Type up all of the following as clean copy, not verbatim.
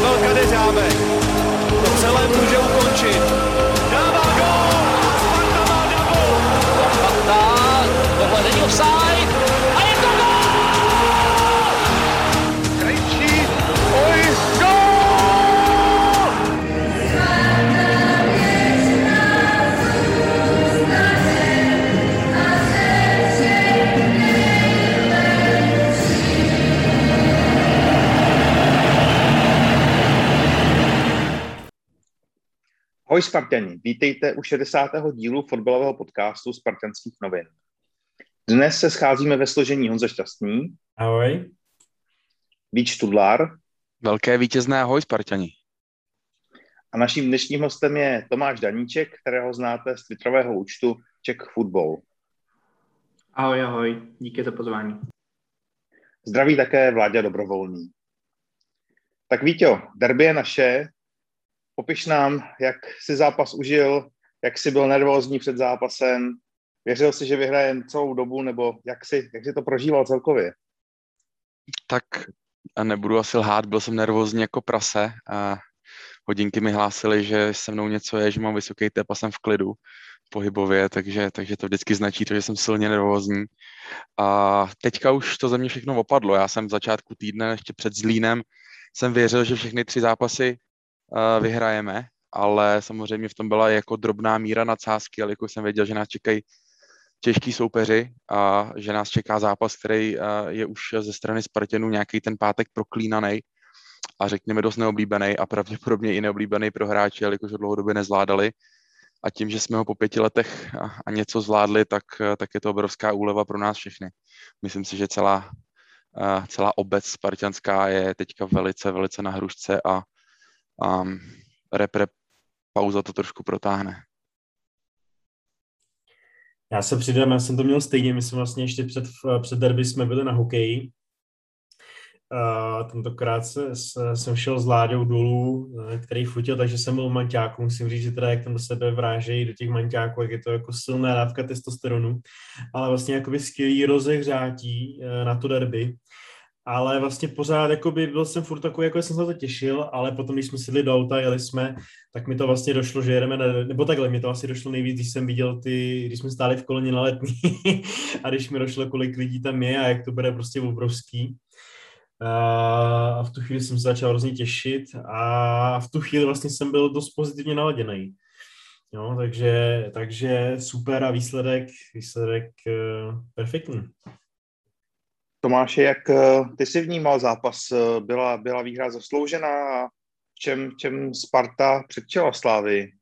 Pavel Kadeřábek to celé může ukončit. Dává gól! Sparta má double! Sparta, tohle není offside a je to gól! Krejčí, oj, gól! Ahoj Spartani, vítejte u 60. dílu fotbalového podcastu Spartanských novin. Dnes se scházíme ve složení Honza Šťastný. Ahoj. Vít Študlár. Velké vítězné ahoj Spartani. A naším dnešním hostem je Tomáš Daníček, kterého znáte z twitterového účtu Czech Football. Ahoj, ahoj, díky za pozvání. Zdraví také Vláďa Dobrovolný. Tak Víťo, derby je naše. Popiš nám, jak si zápas užil, jak jsi byl nervózní před zápasem, věřil jsi, že vyhraje celou dobu, nebo jak jsi to prožíval celkově? Tak nebudu asi lhát, byl jsem nervózní jako prase a hodinky mi hlásily, že se mnou něco je, že mám vysoký tep a jsem v klidu pohybově, takže to vždycky značí to, že jsem silně nervózní. A teďka už to ze mě všechno opadlo. Já jsem v začátku týdne, ještě před Zlínem, jsem věřil, že všechny 3 zápasy vyhrajeme, ale samozřejmě v tom byla jako drobná míra nadsázky, ale jako jsem věděl, že nás čekají těžký soupeři a že nás čeká zápas, který je už ze strany Spartanů nějaký ten pátek proklínaný a řekněme dost neoblíbený a pravděpodobně i neoblíbený pro hráče, ale jakože dlouhodobě nezvládali. A tím, že jsme ho po 5 letech a něco zvládli, tak je to obrovská úleva pro nás všechny. Myslím si, že celá obec spartanská je teďka velice, velice na hrušce a repre pauza to trošku protáhne. Já se přidám, já jsem to měl stejně, my jsme vlastně ještě před derby jsme byli na hokeji. Tentokrát jsem šel s Láďou dolů, který fotil, takže jsem byl v manťáku. Musím říct, že teda jak tam do sebe vrážejí do těch manťáků, jak je to jako silná dávka testosteronu, ale vlastně jakoby skvělý rozehřátí na to derby. Ale vlastně pořád jakoby byl jsem furt takový, jako jsem se to těšil, ale potom, když jsme sedli do auta, jeli jsme, tak mi to vlastně došlo, že jedeme, nebo takhle, mi to asi došlo nejvíc, když jsem viděl když jsme stáli v Koleni na Letní a když mi došlo, kolik lidí tam je a jak to bude prostě obrovský. A v tu chvíli jsem se začal hrozně těšit a v tu chvíli vlastně jsem byl dost pozitivně naladěný. Jo, takže super a výsledek perfektní. Tomáše, jak ty jsi vnímal zápas? Byla výhra zasloužená a v čem Sparta předčila Slávii?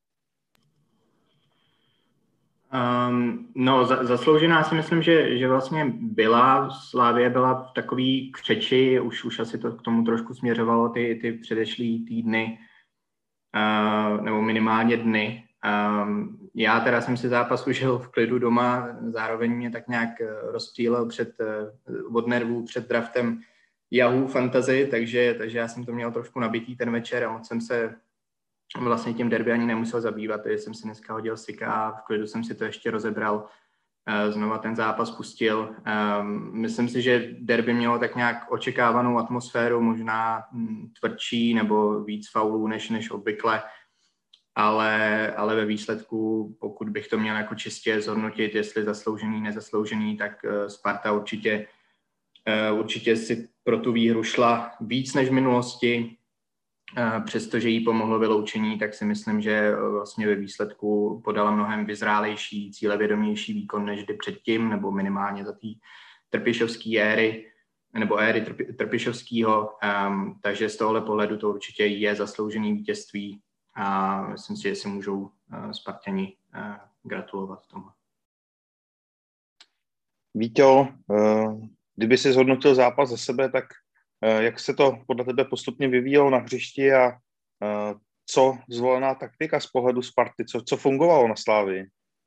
Zasloužená si myslím, že vlastně byla. Slávie byla v takový křeči, už asi to k tomu trošku směřovalo ty předešlý týdny, nebo minimálně dny. Já teda jsem si zápas užil v klidu doma, zároveň mě tak nějak rozptýlil od nervů před draftem Yahoo Fantasy, takže já jsem to měl trošku nabitý ten večer a moc jsem se vlastně tím derby ani nemusel zabývat, takže jsem si dneska hodil sika a v klidu jsem si to ještě rozebral, znova ten zápas pustil. Myslím si, že derby mělo tak nějak očekávanou atmosféru, možná tvrdší nebo víc faulů než obvykle, ale ve výsledku, pokud bych to měl jako čistě zhodnotit, jestli zasloužený, nezasloužený, tak Sparta určitě si pro tu výhru šla víc než v minulosti. Přestože jí pomohlo vyloučení, tak si myslím, že vlastně ve výsledku podala mnohem vyzrálejší, cílevědomější výkon než kdy předtím, nebo minimálně za té trpišovské éry, nebo éry Trpišovského. Takže z tohohle pohledu to určitě je zasloužený vítězství a myslím si, že si můžou Spartani gratulovat tomu. Víťo, kdyby si zhodnotil zápas za sebe, tak jak se to podle tebe postupně vyvíjelo na hřišti a co zvolená taktika z pohledu Sparty, co fungovalo na Slávii?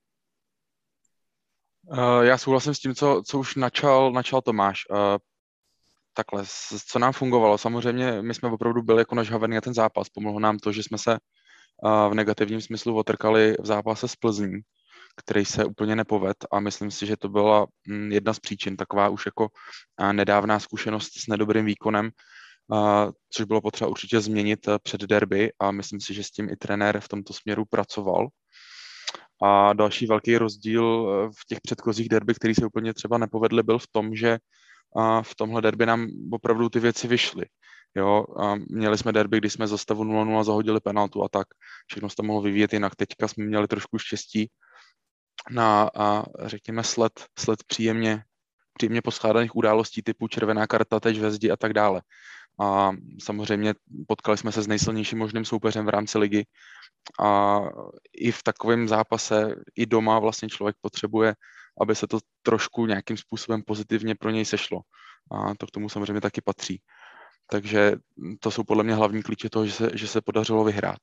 Já souhlasím s tím, co už načal Tomáš. Takhle, co nám fungovalo. Samozřejmě my jsme opravdu byli jako nažhavený na ten zápas. Pomohlo nám to, že jsme se v negativním smyslu otrkali v zápase s Plzní, který se úplně nepoved a myslím si, že to byla jedna z příčin, taková už jako nedávná zkušenost s nedobrým výkonem což bylo potřeba určitě změnit před derby a myslím si, že s tím i trenér v tomto směru pracoval. A další velký rozdíl v těch předchozích derby, který se úplně třeba nepovedly, byl v tom, že v tomhle derby nám opravdu ty věci vyšly. Jo, a měli jsme derby, kdy jsme za stavu 0-0 zahodili penaltu a tak. Všechno se to mohlo vyvíjet jinak. Teďka jsme měli trošku štěstí na, řekněme, sled příjemně poskládaných událostí typu červená karta, teč ve zdi a tak dále. A samozřejmě potkali jsme se s nejsilnějším možným soupeřem v rámci ligy a i v takovém zápase, i doma vlastně člověk potřebuje, aby se to trošku nějakým způsobem pozitivně pro něj sešlo. A to k tomu samozřejmě taky patří. Takže to jsou podle mě hlavní klíče toho, že se podařilo vyhrát.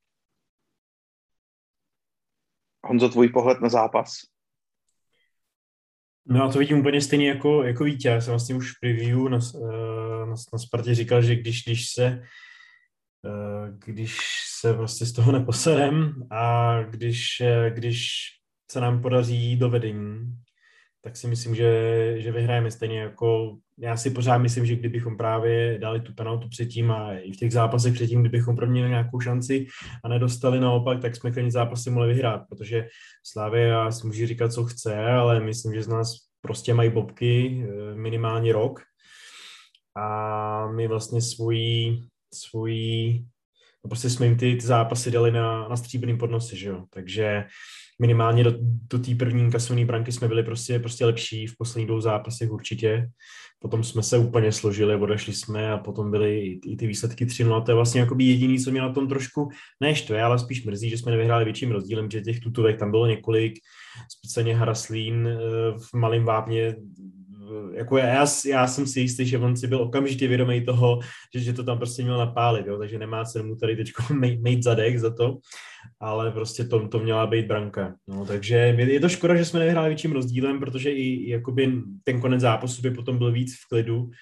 Honzo, tvůj pohled na zápas? No a to vidím úplně stejně jako Vítě. Já jsem vlastně už v preview na Spartě říkal, že když se vlastně z toho neposerem a když se nám podaří do vedení, tak si myslím, že vyhrajeme stejně jako... Já si pořád myslím, že kdybychom právě dali tu penaltu předtím a i v těch zápasech předtím, kdybychom proměnili nějakou šanci a nedostali naopak, tak jsme ten zápasy mohli vyhrát, protože Slavia si může říkat, co chce, ale myslím, že z nás prostě mají bobky minimálně rok a my vlastně prostě jsme jim ty zápasy dali na stříbrným podnosi, že jo, takže minimálně do té první kasované branky jsme byli prostě lepší v posledních 2 zápasech určitě. Potom jsme se úplně složili, odešli jsme a potom byly i ty výsledky 3-0. To je vlastně jakoby jediný, co mě na tom trošku neštve, ale spíš mrzí, že jsme nevyhráli větším rozdílem, že těch tutovek tam bylo několik, speciálně Haraslín v Malém Vápně. Jako já jsem si jistý, že on si byl okamžitě vědomý toho, že to tam prostě měl napálit, jo? Takže nemá cenu mu tady teď mít zadek za to, ale prostě to měla být branka. No, takže je to škoda, že jsme nevyhráli větším rozdílem, protože i jakoby ten konec zápasu by potom byl víc v klidu,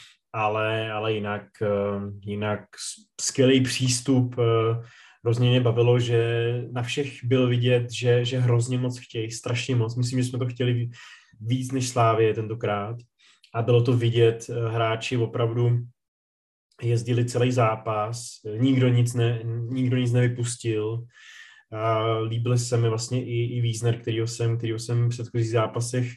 ale jinak skvělý přístup. Hrozně mě bavilo, že na všech byl vidět, že hrozně moc chtějí, strašně moc. Myslím, že jsme to chtěli víc než Slávie tentokrát a bylo to vidět, hráči opravdu jezdili celý zápas, nikdo nic nevypustil. Líbil se mi vlastně i Wiesner, kterýho jsem v předchozích zápasech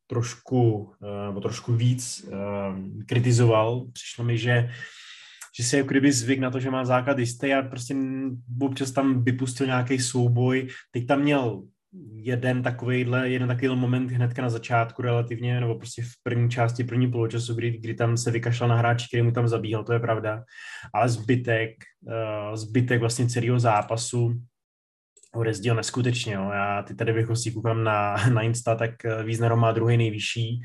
trošku víc kritizoval. Přišlo mi, že si jako kdyby zvyk na to, že má základ jistý a prostě občas tam vypustil nějaký souboj. Teď tam měl jeden takový moment hnedka na začátku relativně, nebo prostě v první části, první poločasu, kdy tam se vykašlal na hráči, který mu tam zabíhal, to je pravda. Ale zbytek vlastně celého zápasu ho rezděl neskutečně. Jo. Já teď tady rychlosti koukám na Insta, tak Wiesner má druhý nejvyšší.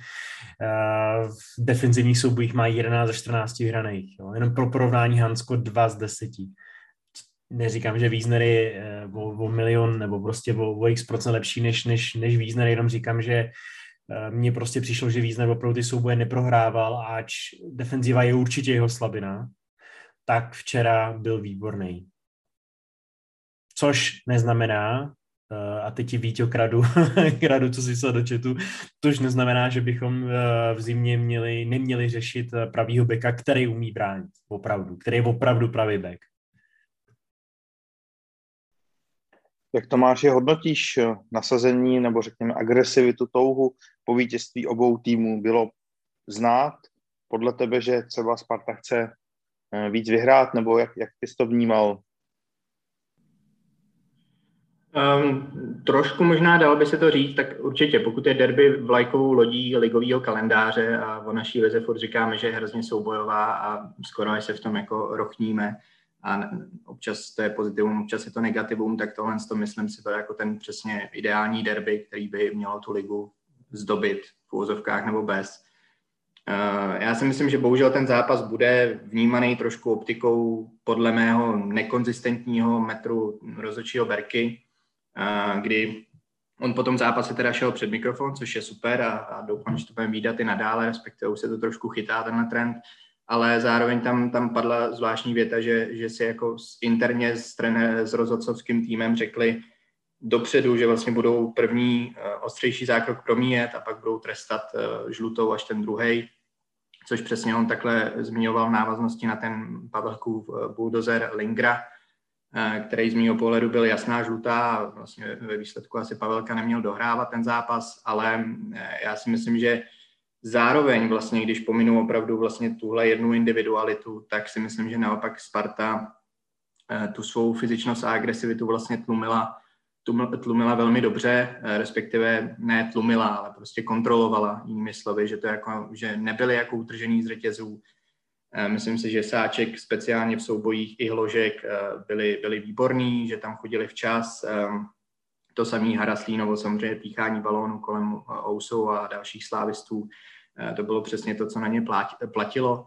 V defenzivních soubojích má 11 ze 14 vyhraných. Jo. Jenom pro porovnání Hansko 2 z 10. Neříkám, že Wiesner je o milion nebo prostě o x% lepší než Wiesner, jenom říkám, že mně prostě přišlo, že Wiesner opravdu ty souboje neprohrával, ač defenziva je určitě jeho slabina, tak včera byl výborný. Což neznamená, a teď ti Víťo kradu, co si psal do chatu, tož neznamená, že bychom v zimě neměli řešit pravýho beka, který umí bránit opravdu, který je opravdu pravý bek. Jak Tomáši hodnotíš nasazení nebo řekněme agresivitu, touhu po vítězství obou týmů? Bylo znát podle tebe, že třeba Sparta chce víc vyhrát, nebo jak ty jsi to vnímal? Trošku možná dalo by se to říct, tak určitě, pokud je derby vlajkovou lodí ligového kalendáře a o naší lize furt říkáme, že je hrozně soubojová a skoro se v tom jako rochníme a občas to je pozitivum, občas je to negativum, tak tohle myslím si to jako ten přesně ideální derby, který by mělo tu ligu zdobit v úvozovkách nebo bez. Já si myslím, že bohužel ten zápas bude vnímaný trošku optikou podle mého nekonzistentního metru rozhodčího Berky, kdy on po tom zápase teda šel před mikrofon, což je super a doufám, že to budeme vídat i nadále, respektive už se to trošku chytá tenhle trend, ale zároveň tam padla zvláštní věta, že si jako interně s rozhodcovským týmem řekli dopředu, že vlastně budou první ostřejší zákrok promíjet a pak budou trestat žlutou až ten druhej, což přesně on takhle zmiňoval v návaznosti na ten Pavelkův buldozer Lingra, který z mého pohledu byl jasná žlutá a vlastně ve výsledku asi Pavelka neměl dohrávat ten zápas, ale já si myslím, že zároveň vlastně, když pominu opravdu vlastně tuhle jednu individualitu, tak si myslím, že naopak Sparta tu svou fyzičnost a agresivitu vlastně tlumila velmi dobře, respektive ne tlumila, ale prostě kontrolovala, jinými slovy, že to jako, že nebyly jako utržený z řetězů. Myslím si, že Sáček speciálně v soubojích i Hložek byli výborní, že tam chodili včas. To samý Haraslínovo, samozřejmě píchání balónu kolem Ousou a dalších slávistů. To bylo přesně to, co na ně platilo.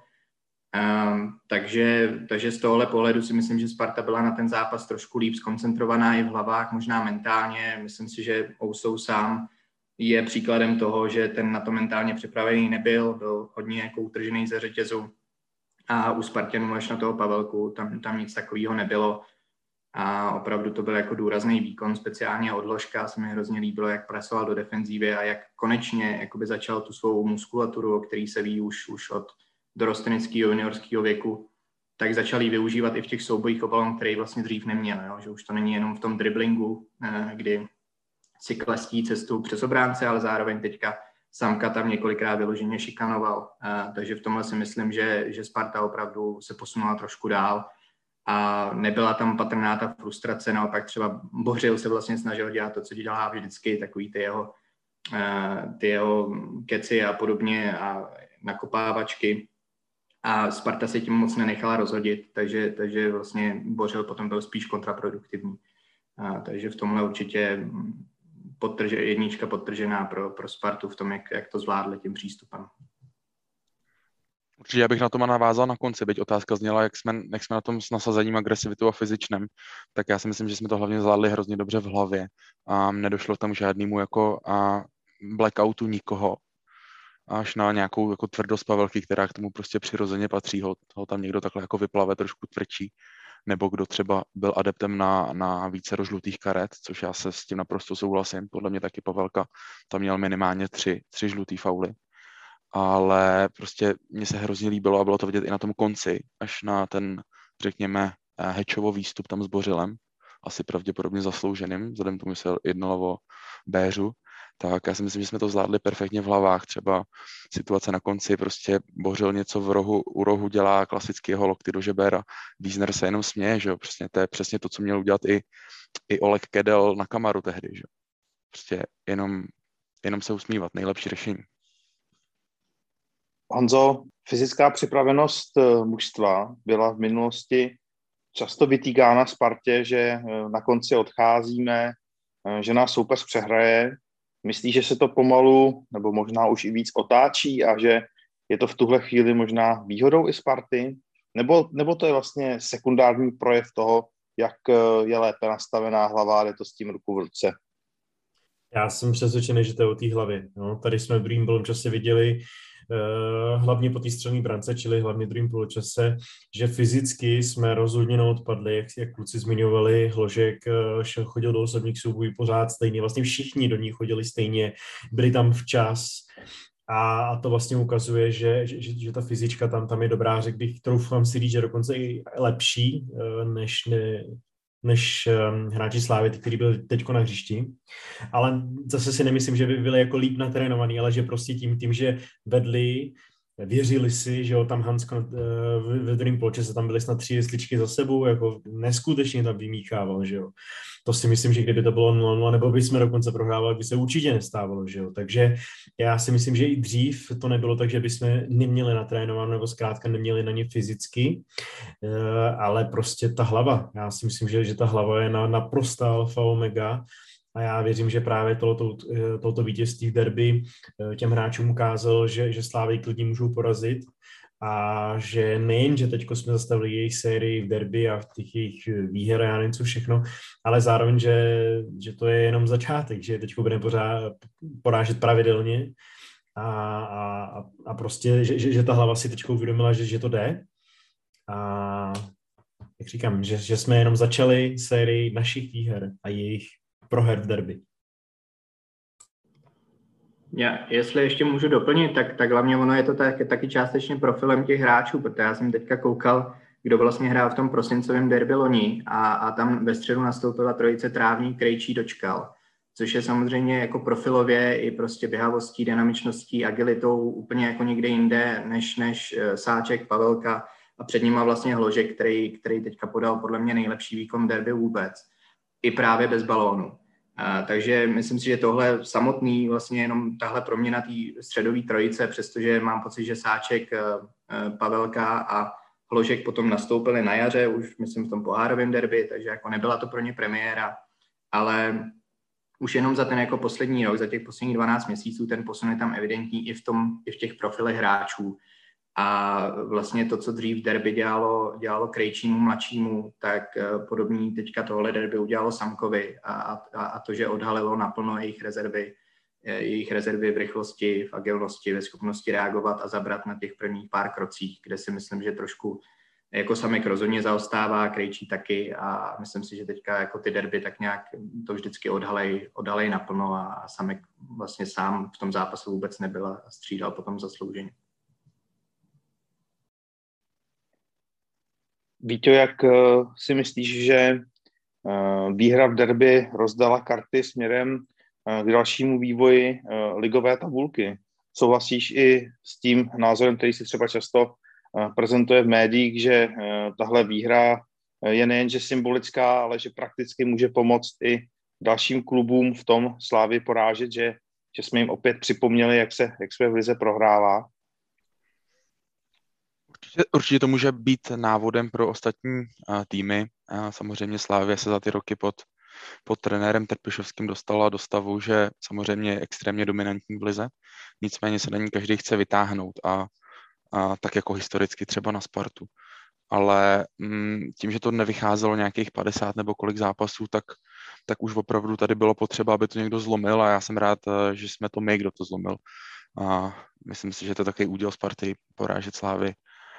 Takže z tohohle pohledu si myslím, že Sparta byla na ten zápas trošku líp zkoncentrovaná i v hlavách, možná mentálně. Myslím si, že Ousou sám je příkladem toho, že ten na to mentálně připravený nebyl, byl hodně jako utržený ze řetězu. A u Spartanů až na toho Pavelku tam nic takového nebylo. A opravdu to byl jako důrazný výkon, speciálně od Hložka se mi hrozně líbilo, jak presoval do defenzívy a jak konečně jakoby začal tu svou muskulaturu, o který se ví už od dorosteneckého juniorského věku, tak začal ji využívat i v těch soubojích o balón, který vlastně dřív neměl, jo? Že už to není jenom v tom driblingu, kdy si klestí cestu přes obránce, ale zároveň teďka Samka tam několikrát vyloženě šikanoval, takže v tomhle si myslím, že Sparta opravdu se posunula trošku dál a nebyla tam patrná ta frustrace, naopak třeba Bořil se vlastně snažil dělat to, co dělá vždycky, takový ty jeho keci a podobně a nakopávačky a Sparta se tím moc nenechala rozhodit, takže vlastně Bořil potom byl spíš kontraproduktivní. Takže v tomhle určitě jednička podtržená pro Spartu v tom, jak to zvládli tím přístupem. Určitě já bych na to navázal na konci, byť otázka zněla, jak jsme na tom s nasazením, agresivitou a fyzičnem, tak já si myslím, že jsme to hlavně zvládli hrozně dobře v hlavě a nedošlo tam žádnému jako blackoutu nikoho, až na nějakou jako tvrdost Pavelky, která k tomu prostě přirozeně patří, ho tam někdo takhle jako vyplave trošku tvrdší, nebo kdo třeba byl adeptem na více žlutých karet, což já se s tím naprosto souhlasím, podle mě taky Pavelka tam měl minimálně tři žlutý fauly. Ale prostě mně se hrozně líbilo a bylo to vidět i na tom konci, až na ten, řekněme, Hečovo výstup tam s Bořilem, asi pravděpodobně zaslouženým, vzhledem k tomu, že se jednalo o Béřu, tak já si myslím, že jsme to zvládli perfektně v hlavách. Třeba situace na konci, prostě Bořil něco u rohu dělá klasicky jeho lokty do žeber a Wiesner se jenom směje, že jo, prostě to je přesně to, co měl udělat i Oleg Kedel na Kamaru tehdy, že jo. Prostě jenom se usmívat, nejlepší řešení. Honzo, fyzická připravenost mužstva byla v minulosti často vytýkána Spartě, že na konci odcházíme, že nás soupeř přehraje. Myslíš, že se to pomalu, nebo možná už i víc otáčí a že je to v tuhle chvíli možná výhodou i Sparty? Nebo to je vlastně sekundární projev toho, jak je lépe nastavená hlava a jde to s tím ruku v ruce? Já jsem přesvědčený, že to je o té hlavě. No, tady jsme v druhém poločase viděli, hlavně po té střelné brance, čili hlavně v druhém poločase, že fyzicky jsme rozhodně neodpadli, jak kluci zmiňovali, Hložek chodil do osobních soubojů pořád stejně, vlastně všichni do ní chodili stejně, byli tam včas a to vlastně ukazuje, že ta fyzička tam je dobrá, řekl bych, troufám si říct, že dokonce i lepší, než hráči Slávy, kteří byli teďko na hřišti. Ale zase si nemyslím, že by byli jako líp natrénovaní, ale že prostě tím, že vedli, věřili si, že jo, tam Hansko ve druhém poločase tam byly snad 3 jesličky za sebou, jako neskutečně tam vymíchával, že jo. To si myslím, že kdyby to bylo 0-0, nebo by jsme dokonce prohrávali, by se určitě nestávalo, že jo. Takže já si myslím, že i dřív to nebylo tak, že bychom neměli natrénováno, nebo zkrátka neměli na ně fyzicky, ale prostě ta hlava, já si myslím, že ta hlava je naprostá alfa omega. A já věřím, že právě tohoto vítězství v derby těm hráčům ukázal, že Slávy klidně můžou porazit a že nejen, že teď jsme zastavili jejich sérii v derby a v těch jejich výher a já nevím co všechno, ale zároveň, že to je jenom začátek, že teď budeme porážet pravidelně a prostě, že ta hlava si teď uvědomila, že to jde a jak říkám, že jsme jenom začali sérii našich výher a jejich proher v derby. Jestli ještě můžu doplnit, tak hlavně ono je to taky částečně profilem těch hráčů, protože já jsem teďka koukal, kdo vlastně hrál v tom prosincovém derby loni a tam ve středu nastoupila trojice Trávník, Krejčí, Dočkal, což je samozřejmě jako profilově i prostě běhavostí, dynamičností, agilitou úplně jako někde jinde než Sáček, Pavelka a před nima vlastně Hložek, který teďka podal podle mě nejlepší výkon derby vůbec, i právě bez balónu. Takže myslím si, že tohle samotný, vlastně jenom tahle proměna té středové trojice, přestože mám pocit, že Sáček, Pavelka a Hložek potom nastoupili na jaře, už myslím v tom pohárovém derby, takže jako nebyla to pro ně premiéra, ale už jenom za ten jako poslední rok, za těch posledních 12 měsíců, ten posun je tam evidentní i v těch profilech hráčů. A vlastně to, co dřív derby dělalo Krejčímu mladšímu, tak podobný teďka tohle derby udělalo Samkovi a to, že odhalilo naplno jejich rezervy v rychlosti, v agilnosti, ve schopnosti reagovat a zabrat na těch prvních pár krocích, kde si myslím, že trošku jako Samek rozhodně zaostává, Krejčí taky a myslím si, že teďka jako ty derby tak nějak to vždycky odhalej naplno a Samek vlastně sám v tom zápasu vůbec nebyl a střídal potom zaslouženě. Víťo, jak si myslíš, že výhra v derby rozdala karty směrem k dalšímu vývoji ligové tabulky? Souhlasíš i s tím názorem, který si třeba často prezentuje v médiích, že tahle výhra je nejenže symbolická, ale že prakticky může pomoct i dalším klubům v tom Slávii porážet, že jsme jim opět připomněli, jak se v lize prohrává? Určitě to může být návodem pro ostatní týmy. Samozřejmě Slavia se za ty roky pod trenérem Trpišovským dostala do stavu, že samozřejmě je extrémně dominantní v lize, nicméně se na ní každý chce vytáhnout a tak jako historicky třeba na Spartu. Ale tím, že to nevycházelo nějakých 50 nebo kolik zápasů, tak už opravdu tady bylo potřeba, aby to někdo zlomil a já jsem rád, že jsme to my, kdo to zlomil. A myslím si, že to je takový úděl Sparty porážet Slávy.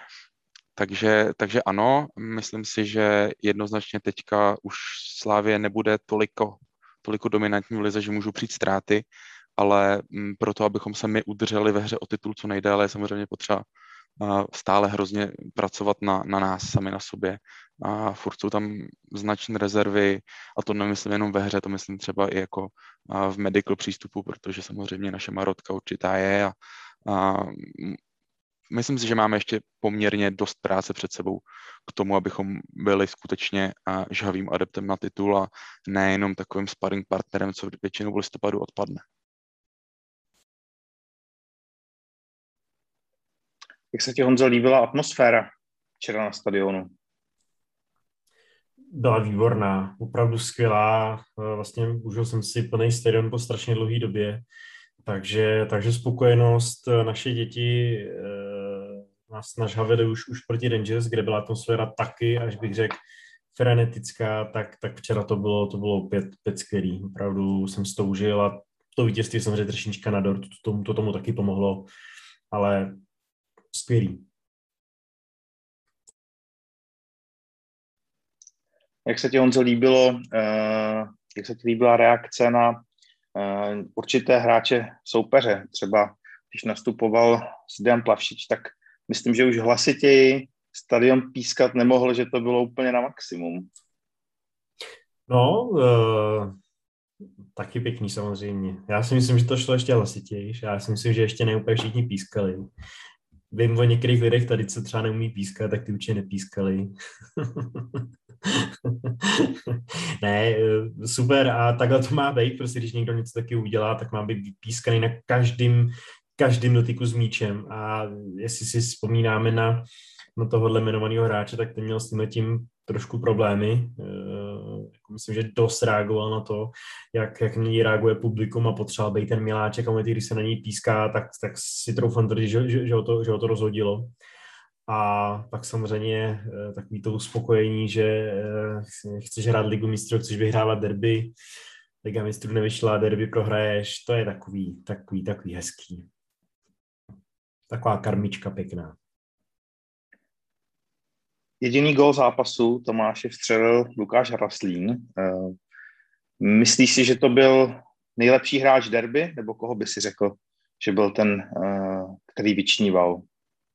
Takže ano, myslím si, že jednoznačně teďka už Slavie nebude toliko dominantní v lize, že můžou přijít ztráty, ale proto, abychom se my udrželi ve hře o titul co nejdéle, je samozřejmě potřeba stále hrozně pracovat na nás, sami na sobě. A furt jsou tam značné rezervy a to nemyslím jenom ve hře, to myslím třeba i jako v medical přístupu, protože samozřejmě naše marotka určitá je a myslím si, že máme ještě poměrně dost práce před sebou k tomu, abychom byli skutečně žhavým adeptem na titul a nejenom takovým sparring partnerem, co většinou v listopadu odpadne. Jak se ti, Honzo, líbila atmosféra včera na stadionu? Byla výborná, opravdu skvělá. Vlastně užil jsem si plný stadion po strašně dlouhé době. Takže spokojenost. Naše děti nás nažhavili už proti Rangers, kde byla atmosféra taky, až bych řekl, frenetická, tak včera to bylo opět skvělý. Opravdu jsem si to užil a to vítězství samozřejmě trošička na dort, to tomu taky pomohlo, ale skvělý. Jak se ti, Honzo, jak se ti líbila reakce na určité hráče soupeře? Třeba když nastupoval Zdeněk Plavšič, tak myslím, že už hlasitěji stadion pískat nemohl, že to bylo úplně na maximum. No, taky pěkný samozřejmě. Já si myslím, že to šlo ještě hlasitěji. Já si myslím, že ještě neúplně všichni pískali. Vím o některých lidech tady, co třeba neumí pískat, tak ty určitě nepískali. Ne, super a takhle to má být, prostě když někdo něco taky udělá, tak má být pískaný na každým dotyku s míčem a jestli si vzpomínáme na tohohle jmenovaného hráče, tak ten měl s tím trošku problémy. Myslím, že dost reagoval na to, jak na něj reaguje publikum a potřeboval být ten miláček a když se na něj píská, tak si troufám tvrdit, že ho to rozhodilo. A pak samozřejmě takový to uspokojení, že chceš hrát Ligu mistrů, chceš vyhrávat derby, Liga mistrů nevyšla, derby prohraješ, to je takový hezký. Taková karmička pěkná. Jediný gól zápasu Tomáše vstřelil Lukáš Hraslín. Myslíš si, že to byl nejlepší hráč derby, nebo koho by si řekl, že byl ten, který vyčníval.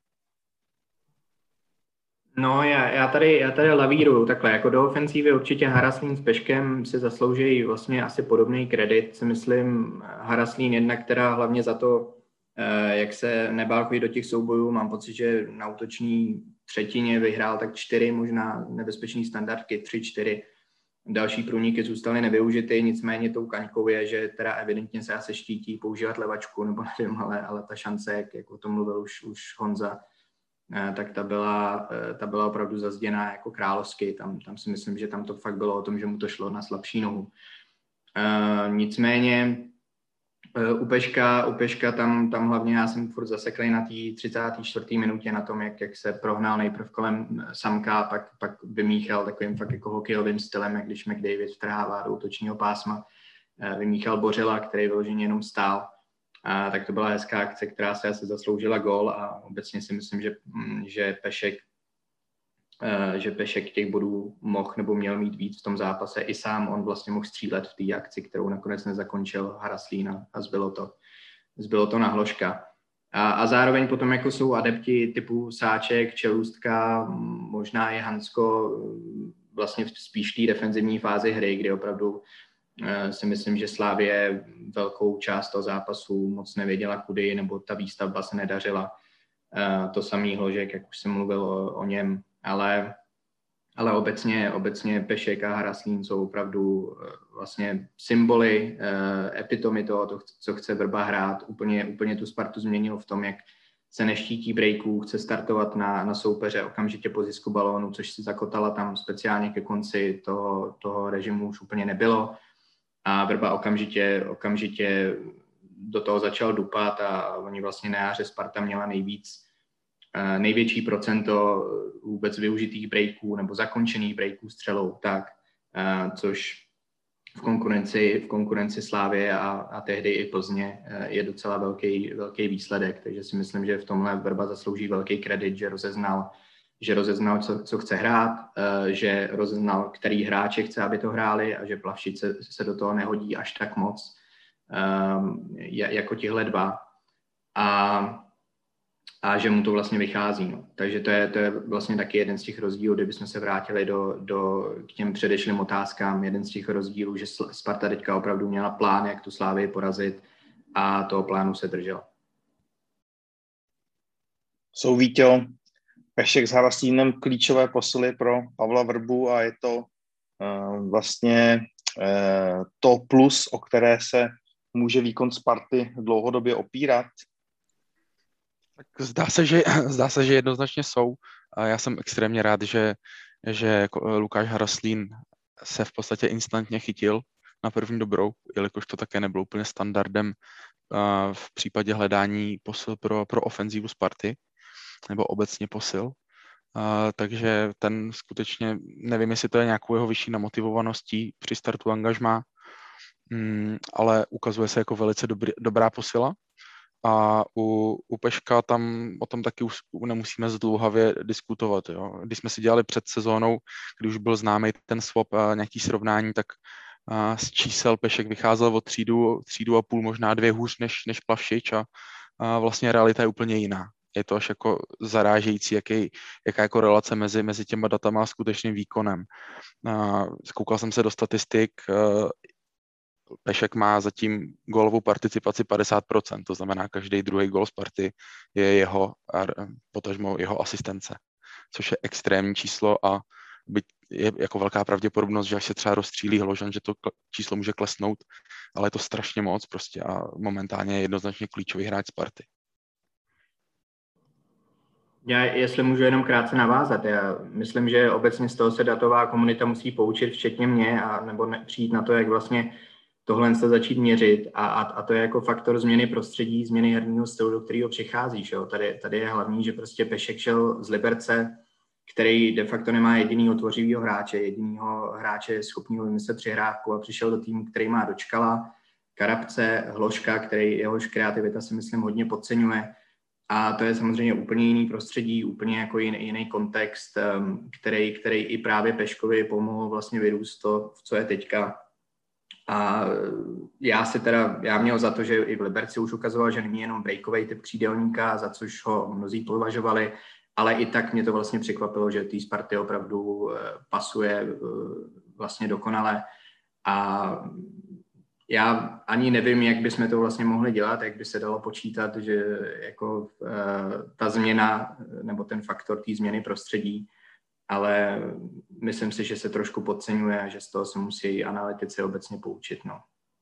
No, já tady lavíruju takhle, jako do ofenzívy určitě Haraslín s Peškem si zaslouží vlastně asi podobný kredit, si myslím. Haraslín jednak, která hlavně za to, jak se nebál chodit do těch soubojů, mám pocit, že na útoční třetině vyhrál tak 4 možná nebezpečný standardky, 3-4. Další průniky zůstaly nevyužity, nicméně tou kaňkou je, že teda evidentně se asi štítí používat levačku, nebo nevím, ale ta šance, jak o tom mluvil už Honza, tak ta byla opravdu zazděná jako královsky. Tam si myslím, že tam to fakt bylo o tom, že mu to šlo na slabší nohu. Nicméně u Peška tam hlavně já jsem furt zaseklej na té 34. minutě na tom, jak se prohnal nejprv kolem Samka, pak vymíchal takovým fakt jako hokejovým stylem, jak když McDavid vtrhává do útočního pásma. Vymíchal Bořila, který vyloženě jenom stál. Tak to byla hezká akce, která se asi zasloužila gól a obecně si myslím, že Pešek těch bodů mohl nebo měl mít víc v tom zápase. I sám on vlastně mohl střílet v té akci, kterou nakonec nezakončil Haraslín a zbylo to na Hloška. A zároveň potom jako jsou adepti typu Sáček, Čelůstka, možná i Hansko vlastně spíš té defenzivní fázi hry, kdy opravdu si myslím, že Slavie velkou část toho zápasu moc nevěděla kudy, nebo ta výstavba se nedařila. To samý Hložek, jak už jsem mluvil o něm, ale obecně Pešek a Haraslín jsou opravdu vlastně symboly, epitomy toho, co chce Vrba hrát. Úplně tu Spartu změnil v tom, jak se neštítí breaků, chce startovat na soupeře okamžitě po zisku balónu, což si Zakotala tam speciálně ke konci toho režimu už úplně nebylo. A Vrba okamžitě do toho začal dupat a oni vlastně na jaře Sparta měla největší procento vůbec využitých breaků nebo zakončených breaků střelou, což v konkurenci Slávie a tehdy i Plzně je docela velký výsledek, takže si myslím, že v tomhle Vrba zaslouží velký kredit, že rozeznal, co chce hrát, že rozeznal, který hráče chce, aby to hráli a že Plavšič se do toho nehodí až tak moc jako tihle dva a že mu to vlastně vychází. No. Takže to je vlastně taky jeden z těch rozdílů, kdybychom se vrátili k těm předešlým otázkám, jeden z těch rozdílů, že Sparta teďka opravdu měla plán, jak tu Slávii porazit a toho plánu se držel. Jsou, Víťo, Pešek s Haraslínem klíčové posily pro Pavla Vrbu a je to vlastně to plus, o které se může výkon Sparty dlouhodobě opírat? Tak zdá se, že jednoznačně jsou. A já jsem extrémně rád, že Lukáš Haraslín se v podstatě instantně chytil na první dobrou, jelikož to také nebylo úplně standardem v případě hledání posil pro ofenzívu Sparty, nebo obecně posil. Takže ten skutečně, nevím, jestli to je nějakou jeho vyšší namotivovaností při startu angažmá, ale ukazuje se jako velice dobrá posila. A u Peška tam o tom taky už nemusíme zdlouhavě diskutovat. Jo. Když jsme si dělali před sezónou, kdy už byl známý ten swap, nějaký srovnání, tak z čísel Pešek vycházel o třídu a půl, možná 2 hůř než Plavšič a vlastně realita je úplně jiná. Je to až jako zarážející, jaká jako relace mezi těma datama a skutečným výkonem. Zkoukal jsem se do statistik, Pešek má zatím gólovou participaci 50%, to znamená, každý druhý gól Sparty je jeho, potažmo jeho asistence, což je extrémní číslo a je jako velká pravděpodobnost, že až se třeba rozstřílí Hložan, že to číslo může klesnout, ale je to strašně moc prostě a momentálně je jednoznačně klíčový hráč Sparty. Já, jestli můžu jenom krátce navázat, já myslím, že obecně z toho se datová komunita musí poučit, včetně mě, nebo přijít na to, jak vlastně tohle se začít měřit a to je jako faktor změny prostředí, změny herního stylu, do kterého přicházíš. Jo. Tady je hlavní, že prostě Pešek šel z Liberce, který de facto nemá jedinýho tvořivýho hráče, jedinýho hráče schopného vymyslet přihrávku a přišel do týmu, který má Dočkala, Karabce, Hloška, jehož kreativita si myslím hodně podceňuje. A to je samozřejmě úplně jiný prostředí, úplně jako jiný kontext, který i právě Peškovi pomohl vlastně vyrůst to, co je teďka. A já měl za to, že i v Liberci už ukazoval, že není jenom breakovej typ křídelníka, za což ho mnozí považovali, ale i tak mě to vlastně překvapilo, že té Sparty opravdu pasuje vlastně dokonale. A já ani nevím, jak bychom to vlastně mohli dělat, jak by se dalo počítat, že jako ta změna nebo ten faktor té změny prostředí, ale myslím si, že se trošku podceňuje a že z toho se musí analytici obecně poučit. No.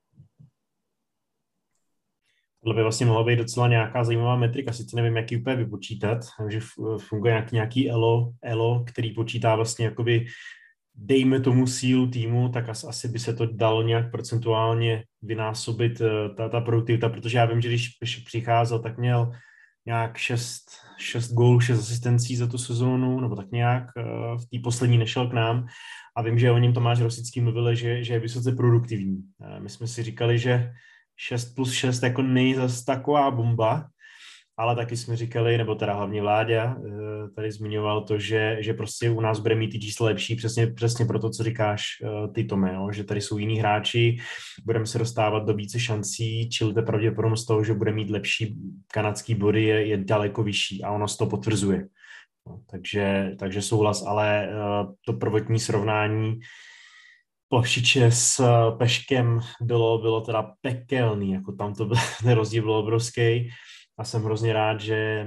Tohle by vlastně mohla být docela nějaká zajímavá metrika, sice nevím, jak ji úplně vypočítat, takže funguje nějaký ELO, který počítá vlastně jakoby, dejme tomu sílu týmu, tak asi by se to dalo nějak procentuálně vynásobit ta produktivita, protože já vím, že když přicházel, tak měl nějak 6 gólů, 6 asistencí za tu sezónu, nebo tak nějak, v té poslední nešel k nám a vím, že o něm Tomáš Rosický mluvil, že je vysoce produktivní. My jsme si říkali, že 6+6 jako není zase taková bomba, ale taky jsme říkali, nebo teda hlavně Vláďa tady zmiňoval to, že prostě u nás bude mít ty čísla lepší přesně pro to, co říkáš ty, Tome, jo? Že tady jsou jiní hráči, budeme se dostávat do více šancí, čili ta pravděpodobnost toho, že bude mít lepší kanadský body je daleko vyšší a ono se to potvrzuje. No, takže souhlas, ale to prvotní srovnání Plavšiče s Peškem bylo teda pekelný, jako tam ten rozdíl byl obrovský. A jsem hrozně rád,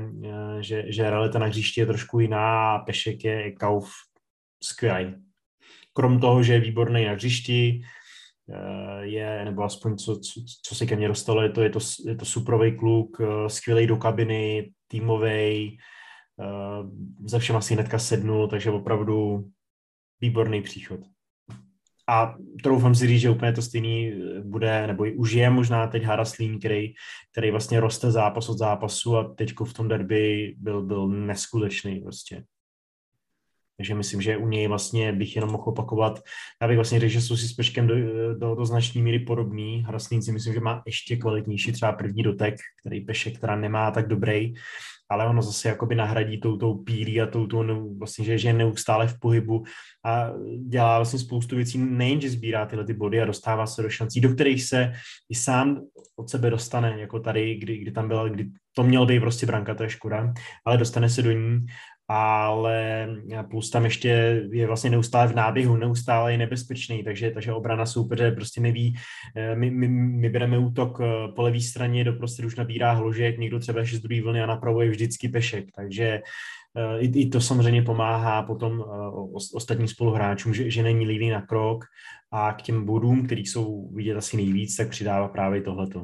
že realita na hřišti je trošku jiná a Pešek je Kauf skvělý. Krom toho, že je výborný na hřišti, nebo aspoň co se ke mně dostalo, je to suprovej kluk, skvělý do kabiny, týmovej, ze všem asi hnedka sednul, takže opravdu výborný příchod. A troufám si říct, že úplně to stejný bude, nebo už je možná teď Haraslín, který vlastně roste zápas od zápasu a teďko v tom derby byl neskutečný prostě. Takže myslím, že u něj vlastně bych jenom mohl opakovat. Já bych vlastně řekl, že jsou si s Peškem do značné míry podobný. Haraslín si myslím, že má ještě kvalitnější třeba první dotek, který Pešek teda nemá tak dobrý, ale ono zase jakoby nahradí tou pílí a vlastně, že je neustále v pohybu a dělá vlastně spoustu věcí, nejen, že sbírá tyhle ty body a dostává se do šancí, do kterých se i sám od sebe dostane, jako tady, kdy to měl být prostě branka, to je škoda, ale dostane se do ní, ale plus tam ještě je vlastně neustále v náběhu, neustále je nebezpečný, takže obrana soupeře prostě neví, my bereme útok po levé straně, doprostřed už nabírá Hložek, někdo třeba ještě z druhé vlny a napravo je vždycky Pešek, takže i to samozřejmě pomáhá potom ostatním spoluhráčům, že není líný na krok a k těm bodům, kterých jsou vidět asi nejvíc, tak přidává právě tohleto.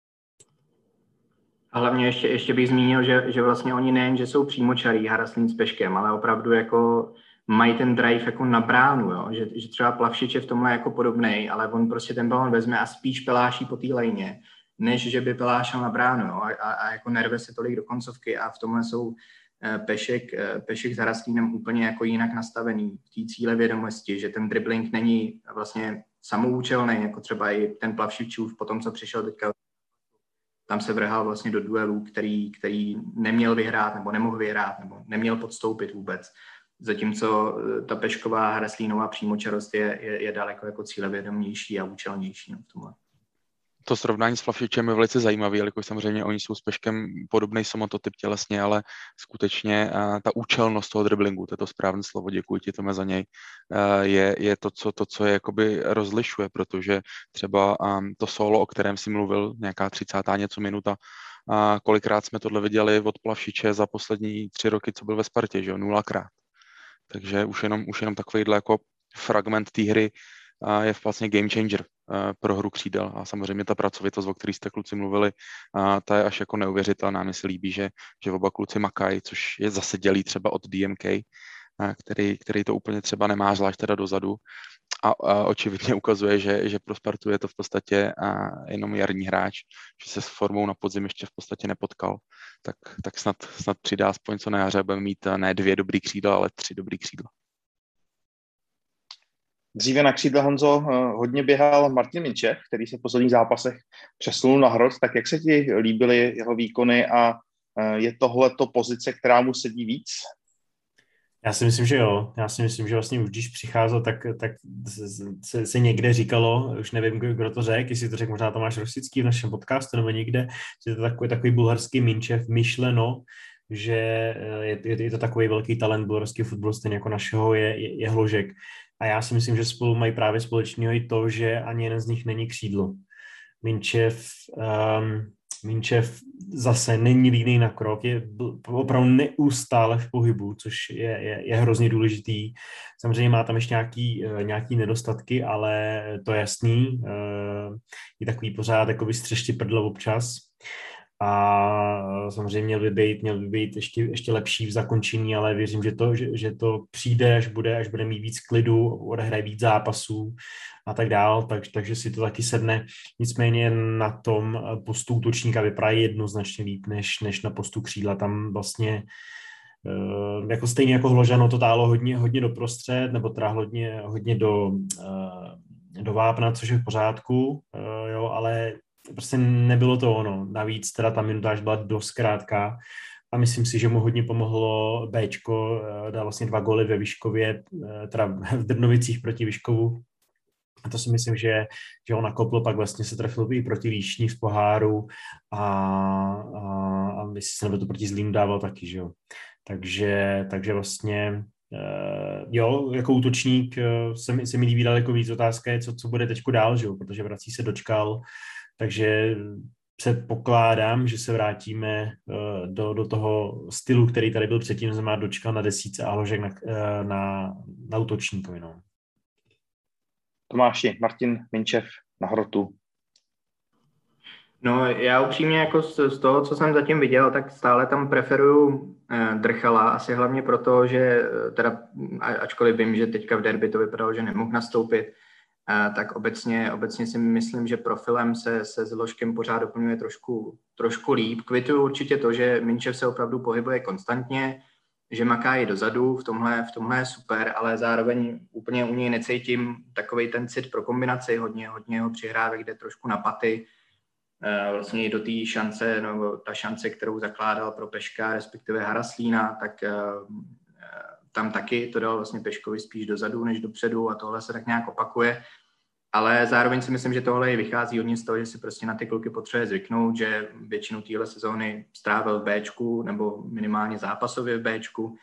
A hlavně ještě bych zmínil, že vlastně oni nejen, že jsou přímočarý Haraslín s Peškem, ale opravdu jako mají ten drive jako na bránu, jo? Že třeba Plavšič je v tomhle jako podobnej, ale on prostě ten balon vezme a spíš peláší po té lejně, než že by pelášel na bránu, jo? A jako nerve se tolik do koncovky a v tomhle jsou Pešek s Haraslínem úplně jako jinak nastavený v té cílevědomosti, že ten dribbling není vlastně samoučelný, jako třeba i ten Plavšičův po tom, co přišel teďka. Tam se vrhal vlastně do duelů, který neměl vyhrát nebo nemohl vyhrát nebo neměl podstoupit vůbec. Zatímco ta Pešková Haraslínová přímočarost je daleko jako cílevědomější a účelnější v tomhle. To srovnání s Plavšičem je velice zajímavé, jelikož samozřejmě oni jsou s Peškem podobný samototyp tělesně, ale skutečně ta účelnost toho driblingu, to je to správné slovo, děkuji ti Tome za něj, je to, co je jakoby rozlišuje, protože třeba to solo, o kterém si mluvil, nějaká 30. něco minuta, kolikrát jsme tohle viděli od Plavšiče za poslední 3 roky, co byl ve Spartě, že jo, 0krát. Takže už jenom takovýhle jako fragment té hry je vlastně game changer pro hru křídel a samozřejmě ta pracovitost, o které jste kluci mluvili, ta je až jako neuvěřitelná. Mně se líbí, že oba kluci makají, což je zase dělí třeba od DMK, který to úplně třeba nemá, zvlášť teda dozadu a očividně ukazuje, že pro Spartu je to v podstatě jenom jarní hráč, že se s formou na podzim ještě v podstatě nepotkal, tak snad přidá aspoň co na jaře, bude mít ne 2 dobrý křídla, ale 3 dobrý křídla. Dříve na křídle, Honzo, hodně běhal Martin Minčev, který se v posledních zápasech přesunul na hrot. Tak jak se ti líbily jeho výkony a je tohleto pozice, která mu sedí víc? Já si myslím, že jo. Já si myslím, že vlastně už když přicházel, tak se někde říkalo, už nevím, kdo to řekl, jestli to řekl možná Tomáš Rosický v našem podcastu nebo někde, že to je takový bulharský Minčev, myšleno, že je to takový velký talent bulharského fotbalu, stejně jako našeho je Hložek. A já si myslím, že spolu mají právě společného i to, že ani jeden z nich není křídlo. Minčev zase není líný na krok, je opravdu neustále v pohybu, což je hrozně důležitý. Samozřejmě má tam ještě nějaký nedostatky, ale to je jasný. Je takový pořád jakoby střešti prdlo občas. A samozřejmě měl by být ještě lepší v zakončení, ale věřím, že to přijde, až bude mít víc klidu, odehraje víc zápasů a tak dál, takže si to taky sedne. Nicméně na tom postu útočníka vypadá jednoznačně líp než na postu křídla. Tam vlastně jako stejně jako Hložano to táhlo hodně doprostřed, nebo teda hodně do vápna, což je v pořádku, jo, ale prostě nebylo to ono. Navíc teda ta minutáž byla dost krátká a myslím si, že mu hodně pomohlo Bčko, dal vlastně 2 góly ve Vyškově, teda v Drnovicích proti Vyškovu. A to si myslím, že on nakopl, pak vlastně se trefil i proti Líšni v poháru a myslím se, nebo to proti Zlínu dával taky, že jo. Takže vlastně jo, jako útočník se mi líbí daleko víc. Otázka je, co bude teďko dál, že jo, protože vrací se Dočkal, takže předpokládám, že se vrátíme do toho stylu, který tady byl předtím, že má Dočkal na 10 a Hložek na útočníkovi. No. Tomáši, Martin Minčev na Hrotu. No já upřímně jako z toho, co jsem zatím viděl, tak stále tam preferuju Drchala, asi hlavně proto, že teda, ačkoliv vím, že teďka v derby to vypadalo, že nemohl nastoupit, tak obecně si myslím, že profilem se s Hložkem pořád doplňuje trošku líp. Kvituju určitě to, že Minčev se opravdu pohybuje konstantně, že maká i dozadu, v tomhle je super, ale zároveň úplně u něj necítím takovej ten cit pro kombinaci, hodně jeho přihrávek jde trošku na paty, vlastně i do té šance, nebo ta šance, kterou zakládal pro Peška, respektive Haraslína, tak tam taky to dal vlastně Peškovi spíš dozadu než dopředu a tohle se tak nějak opakuje. Ale zároveň si myslím, že tohle i vychází hodně z toho, že si prostě na ty kluky potřebuje zvyknout, že většinu téhle sezóny strávil v Bčku nebo minimálně zápasově v Bčku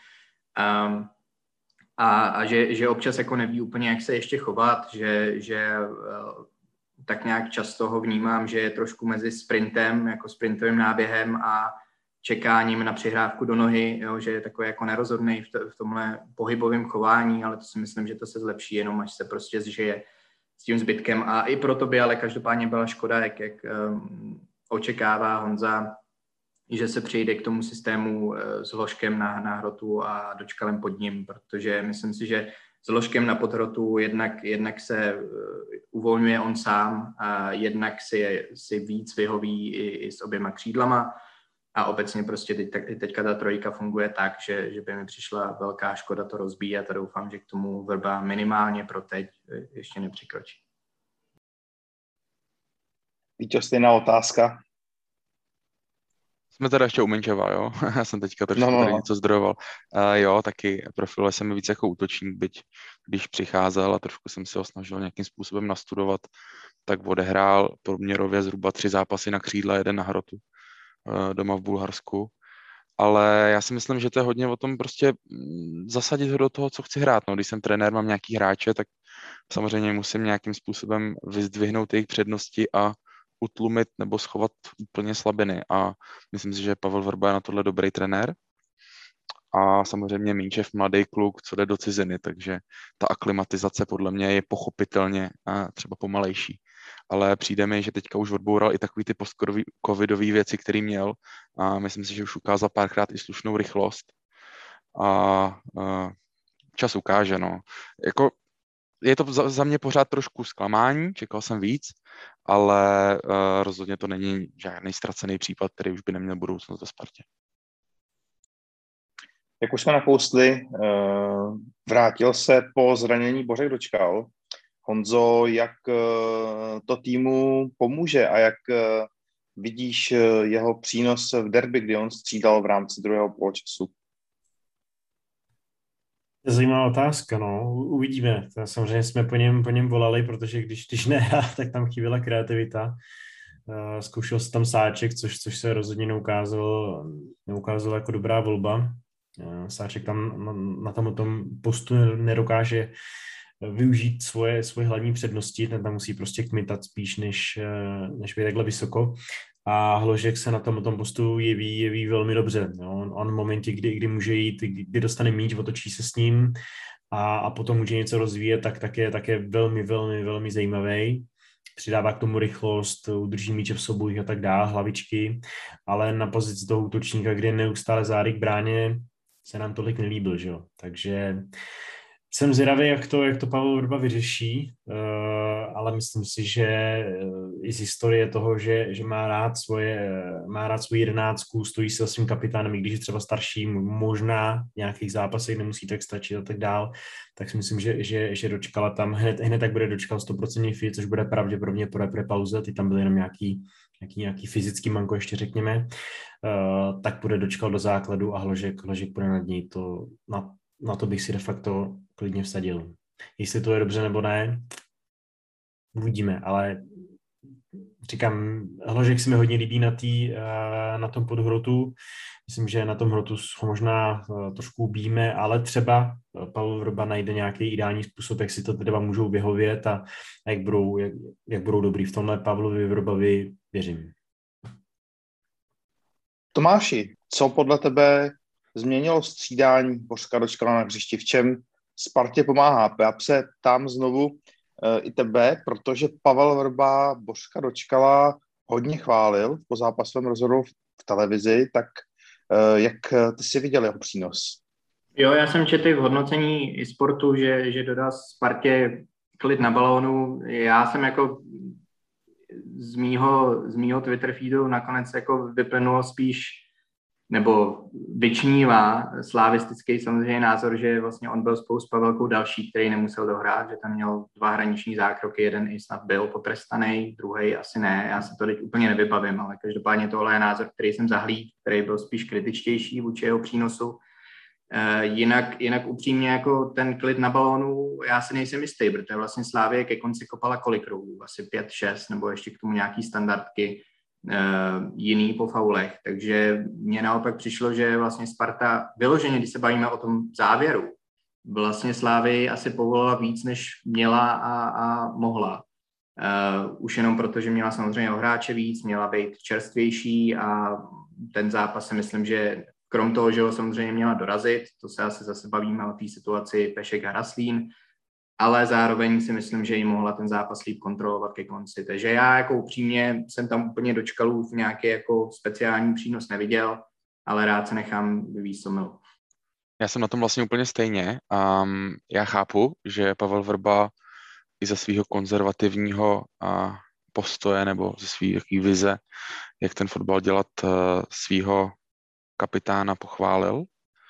a že občas jako neví úplně, jak se ještě chovat, že tak nějak často ho vnímám, že je trošku mezi sprintem, jako sprintovým náběhem a čekáním na přihrávku do nohy, jo, že je takový jako nerozhodný v tomhle pohybovém chování, ale to si myslím, že to se zlepší jenom, až se prostě zžije s tím zbytkem. A i proto by ale každopádně byla škoda, jak očekává Honza, že se přijde k tomu systému s Hložkem na Hrotu a Dočkalem pod ním, protože myslím si, že s Hložkem na Podhrotu jednak se uvolňuje on sám a jednak si víc vyhoví i s oběma křídlama a obecně prostě teďka ta trojka funguje tak, že by mi přišla velká škoda to rozbíjet a doufám, že k tomu Vrba minimálně pro teď ještě nepřikročí. Víťo, stejná otázka. Jsme teda ještě u Minčeva, jo? Já jsem teďka trošku tady něco zdrojoval. Jo, taky profiluje se mi víc jako útočník, byť když přicházel a trošku jsem si ho snažil nějakým způsobem nastudovat, tak odehrál průměrově zhruba 3 zápasy na křídle, 1 na Hrotu doma v Bulharsku. Ale já si myslím, že to je hodně o tom prostě zasadit ho do toho, co chci hrát. No, když jsem trenér, mám nějaký hráče, tak samozřejmě musím nějakým způsobem vyzdvihnout jejich přednosti a utlumit nebo schovat úplně slabiny. A myslím si, že Pavel Vrba je na tohle dobrý trenér. A samozřejmě Minčev mladý kluk, co jde do ciziny, takže ta aklimatizace podle mě je pochopitelně třeba pomalejší. Ale přijde mi, že teďka už odboural i takový ty post-covidový věci, který měl a myslím si, že už ukázal párkrát i slušnou rychlost a čas ukáže, no. Jako, je to za mě pořád trošku zklamání, čekal jsem víc, ale rozhodně to není žádný ztracený případ, který už by neměl budoucnost ve Spartě. Jak už jsme nakousli, vrátil se po zranění Bořek Dočkal. Honzo, jak to týmu pomůže a jak vidíš jeho přínos v derby, kdy on střídal v rámci druhého poločasu? To je zajímavá otázka, no. Uvidíme. To samozřejmě jsme po něm volali, protože když nehrá, tak tam chyběla kreativita. Zkoušel se tam Sáček, což se rozhodně neukázalo jako dobrá volba. Sáček tam na tom postu nedokáže využít svoje hlavní přednosti, ten tam musí prostě kmitat spíš, než být takhle vysoko. A Hložek se na tom postu jeví velmi dobře. Jo. On v momentě, kdy může jít, kdy dostane míč, otočí se s ním a potom může něco rozvíjet, tak je také velmi, velmi, velmi zajímavý. Přidává k tomu rychlost, udrží míče v soubojích a tak dále, hlavičky, ale na pozici toho útočníka, kde neustále zády k bráně, se nám tolik nelíbil, že jo. Takže jsem zvědavý, jak to Pavel Vrba vyřeší, ale myslím si, že i z historie toho, že má rád svou jedenáctku, stojí se svým kapitánem, i když je třeba starší, možná v nějakých zápasech nemusí tak stačit a tak dál, tak si myslím, že dočkala tam, hned tak bude dočkal 100% fit, což bude pravděpodobně po repre pauze, ty tam byly jenom nějaký fyzický manko, ještě řekněme, tak bude dočkal do základu a Hložek bude nad něj, na to bych si de facto klidně vsadil. Jestli to je dobře nebo ne, uvidíme, ale říkám, Hložek se mi hodně líbí na tom podhrotu. Myslím, že na tom hrotu ho možná trošku ubíme, ale třeba Pavel Vrba najde nějaký ideální způsob, jak si to teda můžou vyhovět a jak budou dobrý. V tomhle Pavlovi Vrbovi věřím. Tomáši, co podle tebe změnilo střídání Bořka Dočkala na hřišti? V čem Spartě pomáhá? Já se ptám znovu i tebe, protože Pavel Vrba Bořka Dočkala hodně chválil po zápasovém rozhovoru v televizi, tak jak ty jsi viděl jeho přínos? Jo, já jsem četl v hodnocení i sportu, že dodal Spartě klid na balónu. Já jsem jako z mýho Twitter feedu nakonec jako vyplynulo spíš nebo vyčnívá slavistický samozřejmě názor, že vlastně on byl spolu s Pavelkou další, který nemusel dohrát, že tam měl 2 hraniční zákroky, jeden i snad byl potrestaný, druhý asi ne, já se to teď úplně nevybavím, ale každopádně tohle je názor, který jsem zahlídl, který byl spíš kritičtější vůči jeho přínosu. Jinak upřímně jako ten klid na balónu, já si nejsem jistý, protože vlastně Slavie ke konci kopala kolik rohů, asi 5-6, nebo ještě k tomu nějaký standardky, jiný po faulech, takže mně naopak přišlo, že vlastně Sparta vyloženě, když se bavíme o tom závěru, vlastně Slavii asi povolila víc, než měla a mohla. Už jenom proto, že měla samozřejmě o hráče víc, měla být čerstvější a ten zápas si myslím, že krom toho, že ho samozřejmě měla dorazit, to se asi zase bavíme o té situaci Pešek a Haraslín, ale zároveň si myslím, že jí mohla ten zápas líp kontrolovat ke konci. Takže já jako upřímně jsem tam úplně do Čkalů nějaký jako speciální přínos neviděl, ale rád se nechám vyvízt omyl. Já jsem na tom vlastně úplně stejně. Já chápu, že Pavel Vrba i ze svého konzervativního postoje nebo ze svý vize, jak ten fotbal dělat, svýho kapitána pochválil,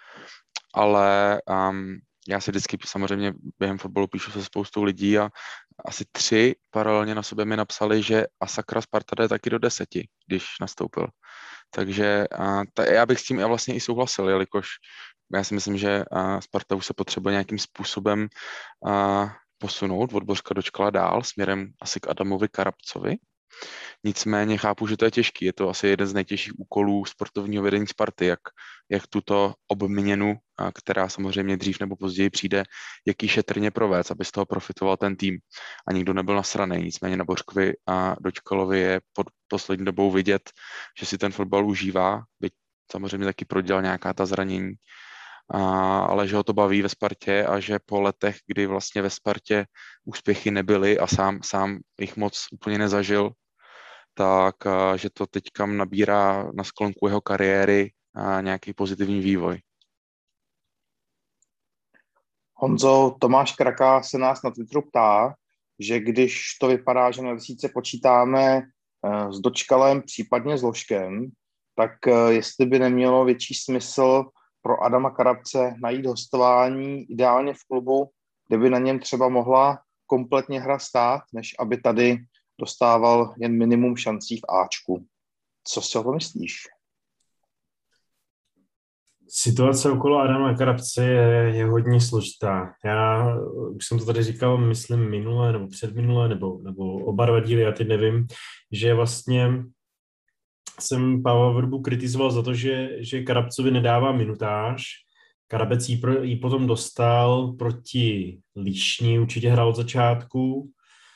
ale já si vždycky samozřejmě během fotbalu píšu se spoustou lidí a asi 3 paralelně na sobě mi napsali, že a sakra Sparta jde taky do 10, když nastoupil. Takže já bych s tím vlastně i souhlasil, jelikož já si myslím, že Sparta už se potřebuje nějakým způsobem posunout od Bořka Dočkala dál směrem asi k Adamovi Karabcovi. Nicméně chápu, že to je těžký. Je to asi jeden z nejtěžších úkolů sportovního vedení Sparty, jak tuto obměnu, která samozřejmě dřív nebo později přijde, jaký šetrně provést, aby z toho profitoval ten tým a nikdo nebyl nasraný. Nicméně na Bořkovi a Dočkalovi je pod poslední dobou vidět, že si ten fotbal užívá, byť samozřejmě taky prodělal nějaká ta zranění, ale že ho to baví ve Spartě a že po letech, kdy vlastně ve Spartě úspěchy nebyly a sám jich moc úplně nezažil, tak že to teďka nabírá na sklonku jeho kariéry nějaký pozitivní vývoj. Honzo, Tomáš Kraka se nás na Twitteru ptá, že když to vypadá, že na desítce počítáme s Dočkalem, případně s Hložkem, tak jestli by nemělo větší smysl pro Adama Karabce najít hostování ideálně v klubu, kde by na něm třeba mohla kompletně hra stát, než aby tady dostával jen minimum šancí v Ačku. Co si o to myslíš? Situace okolo Adama Karabce je hodně složitá. Já už jsem to tady říkal, myslím minule nebo předminule, nebo oba dva díly, já teď nevím, že vlastně jsem Pavla Vrbu kritizoval za to, že Karabcovi nedává minutáž. Karabec ji potom dostal proti Líšni, určitě hrál od začátku,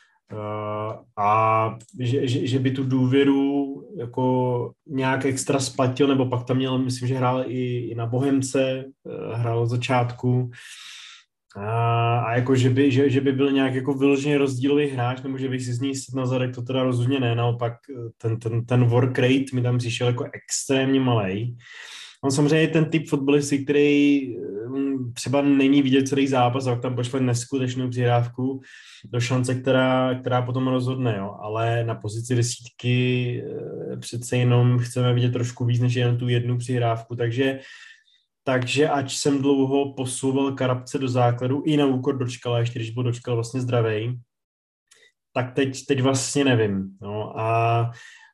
a že by tu důvěru jako nějak extra splatil, nebo pak tam měl, myslím, že hrál i na Bohemce, hrál od začátku, a jako, že by byl nějak jako vyloženě rozdílový hráč, nebo že bych si z ní sedl na zadek, to teda rozhodně ne, naopak ten work rate mi tam přišel jako extrémně malej. On samozřejmě je ten typ fotbalisty, který třeba není vidět celý zápas, a tam pošle neskutečnou přihrávku do šance, která potom rozhodne, jo. Ale na pozici desítky přece jenom chceme vidět trošku víc než jen tu jednu přihrávku, takže ač jsem dlouho posouval Karabce do základu i na úkor Dočkala, ještě když byl Dočkal vlastně zdravej, tak teď vlastně nevím. No. A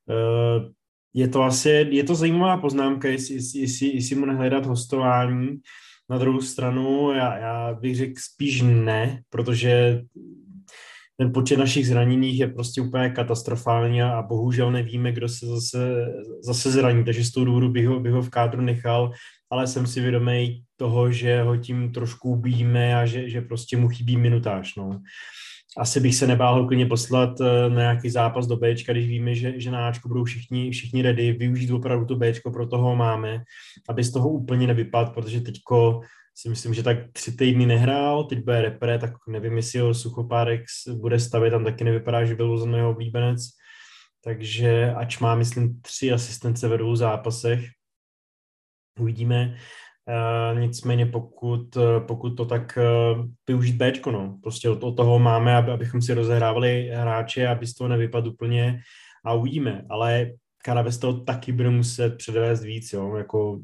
je to zajímavá poznámka, jestli mu nehledat hostování. Na druhou stranu já bych řekl spíš ne, protože ten počet našich zraněných je prostě úplně katastrofální a bohužel nevíme, kdo se zase zraní, takže z toho důvodu bych ho v kádru nechal, ale jsem si vědomý toho, že ho tím trošku ubíjíme a že prostě mu chybí minutáž. No. Asi bych se nebál klidně poslat na nějaký zápas do Bčka, když víme, že na Ačku budou všichni ready, využít opravdu to Bčko, pro toho máme, aby z toho úplně nevypadl, protože teďko si myslím, že tak 3 týdny nehrál, teď bude repre, tak nevím, jestli ho Suchopárek bude stavět, tam taky nevypadá, že byl jeho oblíbenec, takže ač má, myslím, 3 asistence ve 2 zápasech, uvidíme. Nicméně pokud to tak využít Bčko, no. Prostě od toho máme, abychom si rozehrávali hráče, aby z toho nevypadl úplně, a uvidíme. Ale Karabec toho taky bude muset předvést víc, jo. Jako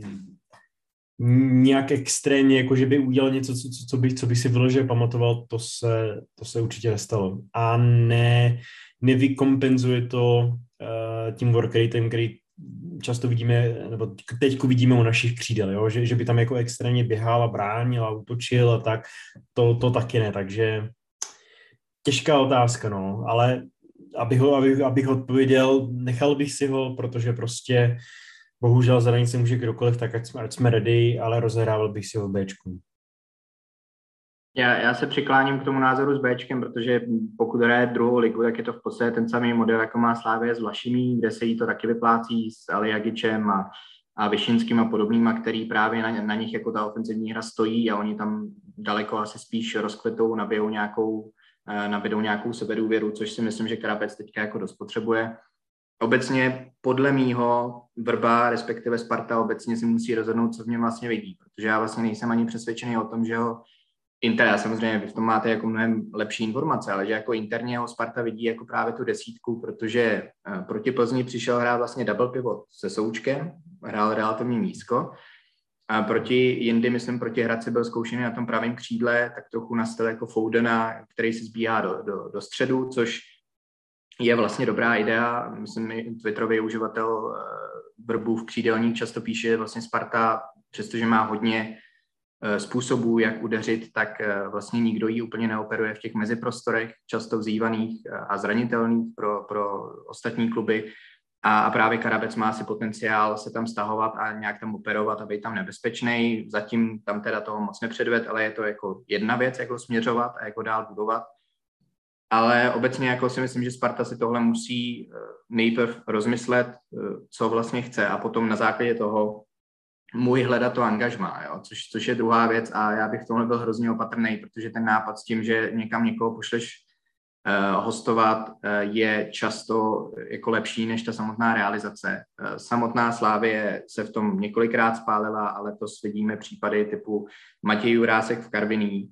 nějak extrémně, jako že by udělal něco, co bych si vyložil pamatoval, to se určitě nestalo. A nevykompenzuje to tím work ratem, který často vidíme, nebo teďko vidíme u našich křídel, jo? Že by tam jako extrémně běhal a bránil a útočil a tak, to taky ne, takže těžká otázka, no, ale abych odpověděl, nechal bych si ho, protože prostě bohužel zranit se může kdokoliv, tak ať jsme ready, ale rozehrával bych si ho v Bčku. Já se přikláním k tomu názoru s Bčkem, protože pokud hraje druhou ligu, tak je to v podstatě ten samý model, jako má Slavia s Vlašimi, kde se jí to taky vyplácí s Aliagičem a Vyšinským a podobnýma, který právě na nich jako ta ofenzivní hra stojí a oni tam daleko asi spíš rozkvetou, nabijou nějakou sebedůvěru, což si myslím, že Karabec teďka jako dost potřebuje. Obecně podle mýho Vrba, respektive Sparta obecně si musí rozhodnout, co v něm vlastně vidí, protože já vlastně nejsem ani přesvědčený o tom, že ho Inter, samozřejmě vy v tom máte jako mnohem lepší informace, ale že jako interně ho Sparta vidí jako právě tu desítku, protože proti Plzni přišel hrát vlastně double pivot se Součkem, hrál relativně nízko. A proti Jindy, myslím, proti Hradci byl zkoušený na tom pravém křídle, tak trochu na styl jako Foudena, který se zbíhá do středu, což je vlastně dobrá idea. Myslím, Twitterový uživatel Vrbův křídelník často píše, že vlastně Sparta, přestože má hodně způsobů, jak udeřit, tak vlastně nikdo jí úplně neoperuje v těch meziprostorech, často vzývaných a zranitelných pro ostatní kluby. A právě Karabec má si potenciál se tam stahovat a nějak tam operovat a být tam nebezpečný. Zatím tam teda toho moc nepředved, ale je to jako jedna věc, jak ho směřovat a jak ho dál budovat. Ale obecně jako si myslím, že Sparta si tohle musí nejprv rozmyslet, co vlastně chce, a potom na základě toho hledat to angažmá, jo? Což je druhá věc, a já bych v tomhle byl hrozně opatrný, protože ten nápad s tím, že někam někoho pošleš hostovat, je často jako lepší než ta samotná realizace. Samotná Slavie se v tom několikrát spálila, ale to vidíme případy typu Matěj Jurásek v Karviní,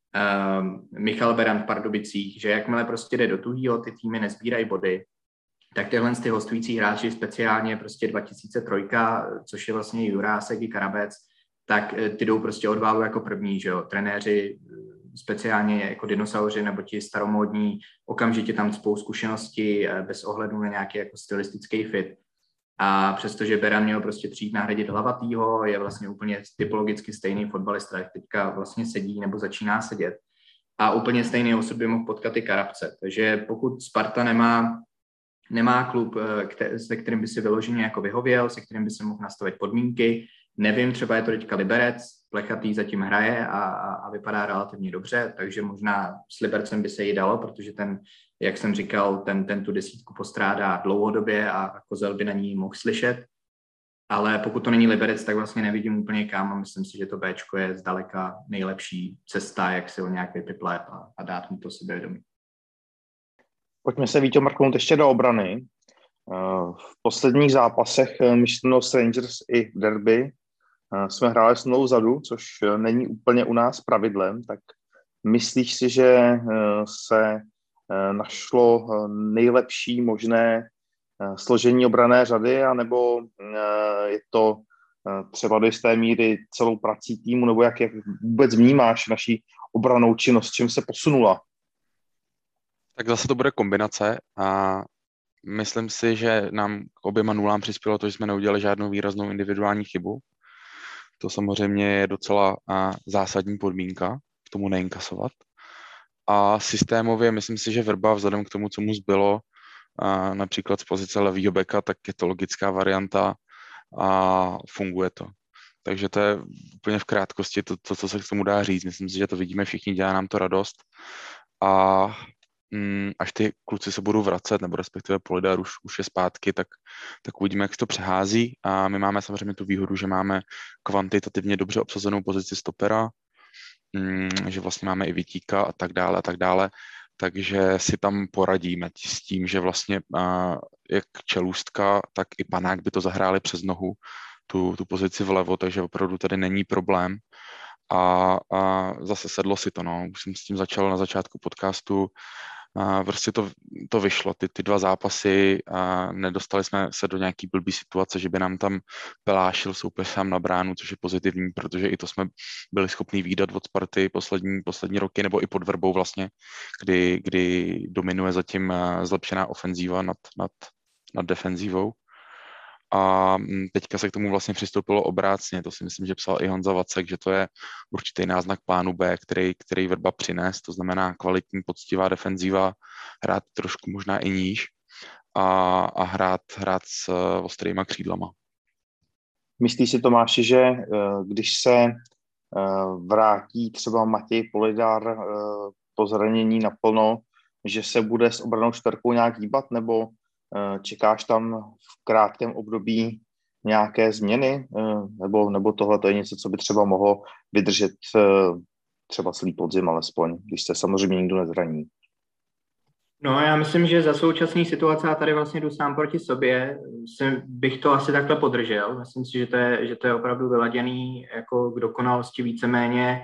Michal Beran v Pardubicích, že jakmile prostě jde do tuhýho, ty týmy nezbírají body, tak tyhle ty hostující hráči, speciálně prostě 2003, což je vlastně Jurásek i Karabec, tak ty jdou prostě od válu jako první, že jo, trenéři, speciálně jako dinosauři nebo ti staromódní, okamžitě tam cpou zkušenosti bez ohledu na nějaký jako stylistický fit. A přestože Beran měl prostě přijít nahradit Hlavatýho, je vlastně úplně typologicky stejný fotbalista, jak teďka vlastně sedí nebo začíná sedět. A úplně stejný osud by mohl potkat i Karabce. Takže pokud Sparta nemá klub, se kterým by si vyloženě jako vyhověl, se kterým by si mohl nastavit podmínky, nevím, třeba je to teďka Liberec, Plechatý zatím hraje a vypadá relativně dobře, takže možná s Libercem by se jí dalo, protože ten, jak jsem říkal, ten tu desítku postrádá dlouhodobě a Kozel by na ní mohl slyšet. Ale pokud to není Liberec, tak vlastně nevidím úplně kam a myslím si, že to Bčko je zdaleka nejlepší cesta, jak si ho nějak vypiplet a dát mu to sebevědomí. Pojďme se, Víťo, mrknout ještě do obrany. V posledních zápasech Myšlenost Rangers i v derby jsme hráli s nulou vzadu, což není úplně u nás pravidlem, tak myslíš si, že se našlo nejlepší možné složení obranné řady, anebo je to třeba do jisté míry celou prací týmu, nebo jak vůbec vnímáš naši obrannou činnost, čím se posunula? Tak zase to bude kombinace a myslím si, že nám k oběma nulám přispělo to, že jsme neudělali žádnou výraznou individuální chybu. To samozřejmě je docela zásadní podmínka k tomu neinkasovat. A systémově myslím si, že Vrba vzhledem k tomu, co mu zbylo, například z pozice levýho beka, tak je to logická varianta a funguje to. Takže to je úplně v krátkosti to, co se k tomu dá říct. Myslím si, že to vidíme všichni, dělá nám to radost. A až ty kluci se budou vracet, nebo respektive Polidar už je zpátky, tak uvidíme, jak se to přehází. A my máme samozřejmě tu výhodu, že máme kvantitativně dobře obsazenou pozici stopera, že vlastně máme i Vítíka a tak dále. Takže si tam poradíme s tím, že vlastně jak Čelůstka, tak i Panák by to zahráli přes nohu, tu pozici vlevo, takže opravdu tady není problém. A zase sedlo si to, no. Už jsem s tím začal na začátku podcastu. Prostě to vyšlo, ty dva zápasy, nedostali jsme se do nějaký blbý situace, že by nám tam pelášil soupeř sám na bránu, což je pozitivní, protože i to jsme byli schopní výdat od Sparty poslední roky, nebo i pod Vrbou vlastně, kdy dominuje zatím zlepšená ofenzíva nad defenzívou. A teďka se k tomu vlastně přistoupilo obrácně, to si myslím, že psal i Honza Vacek, že to je určitý náznak plánu B, který Vrba přines, to znamená kvalitní, poctivá defenzíva, hrát trošku možná i níž a hrát s ostrýma křídlama. Myslíš si, Tomáši, že když se vrátí třeba Matěj Polidar po zranění naplno, že se bude s obranou čtvrkou nějak hýbat, nebo čekáš tam v krátkém období nějaké změny, nebo tohle to je něco, co by třeba mohlo vydržet třeba celý podzim alespoň, když se samozřejmě nikdo nezraní? No, já myslím, že za současné situace, a tady vlastně jdu sám proti sobě, bych to asi takhle podržel. Myslím si, že to je opravdu vyladěný jako k dokonalosti víceméně.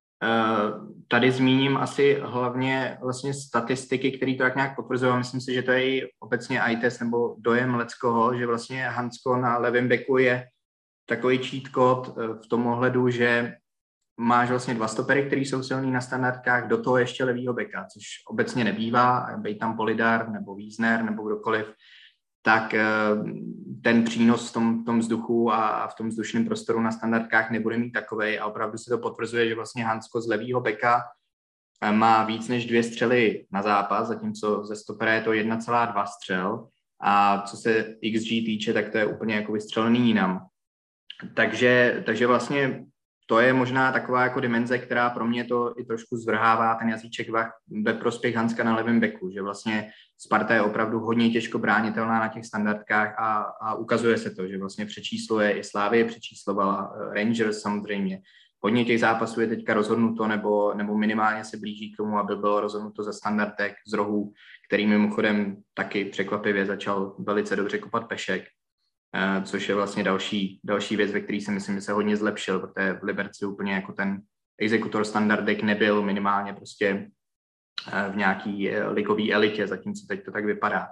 Tady zmíním asi hlavně vlastně statistiky, které to tak nějak potvrzují. Myslím si, že to je i obecně i-test nebo dojem Leckoho, že vlastně Hansko na levém beku je takový cheat code v tom ohledu, že máš vlastně dva stopery, který jsou silní na standardkách, do toho ještě levýho beka, což obecně nebývá, bej tam Polidar nebo Wiesner nebo kdokoliv, tak ten přínos v tom vzduchu a v tom vzdušném prostoru na standardkách nebude mít takovej a opravdu se to potvrzuje, že vlastně Hansko z levýho beka má víc než 2 střely na zápas, zatímco ze stopera je to 1,2 střel a co se XG týče, tak to je úplně jako vystřelený jinam. Takže vlastně to je možná taková jako dimenze, která pro mě to i trošku zvrhává ten jazyček ve prospěch Hanska na levém beku, že vlastně Sparta je opravdu hodně těžko bránitelná na těch standardkách a ukazuje se to, že vlastně přečísluje i Slavie, přečíslovala Rangers samozřejmě. Hodně těch zápasů je teďka rozhodnuto nebo minimálně se blíží k tomu, aby bylo rozhodnuto ze standardek z rohů, který mimochodem taky překvapivě začal velice dobře kopat Pešek. Což je vlastně další věc, ve které si myslím, že se hodně zlepšil, protože v Liberci úplně jako ten exekutor standardek nebyl minimálně prostě v nějaký ligový elitě, zatímco teď to tak vypadá.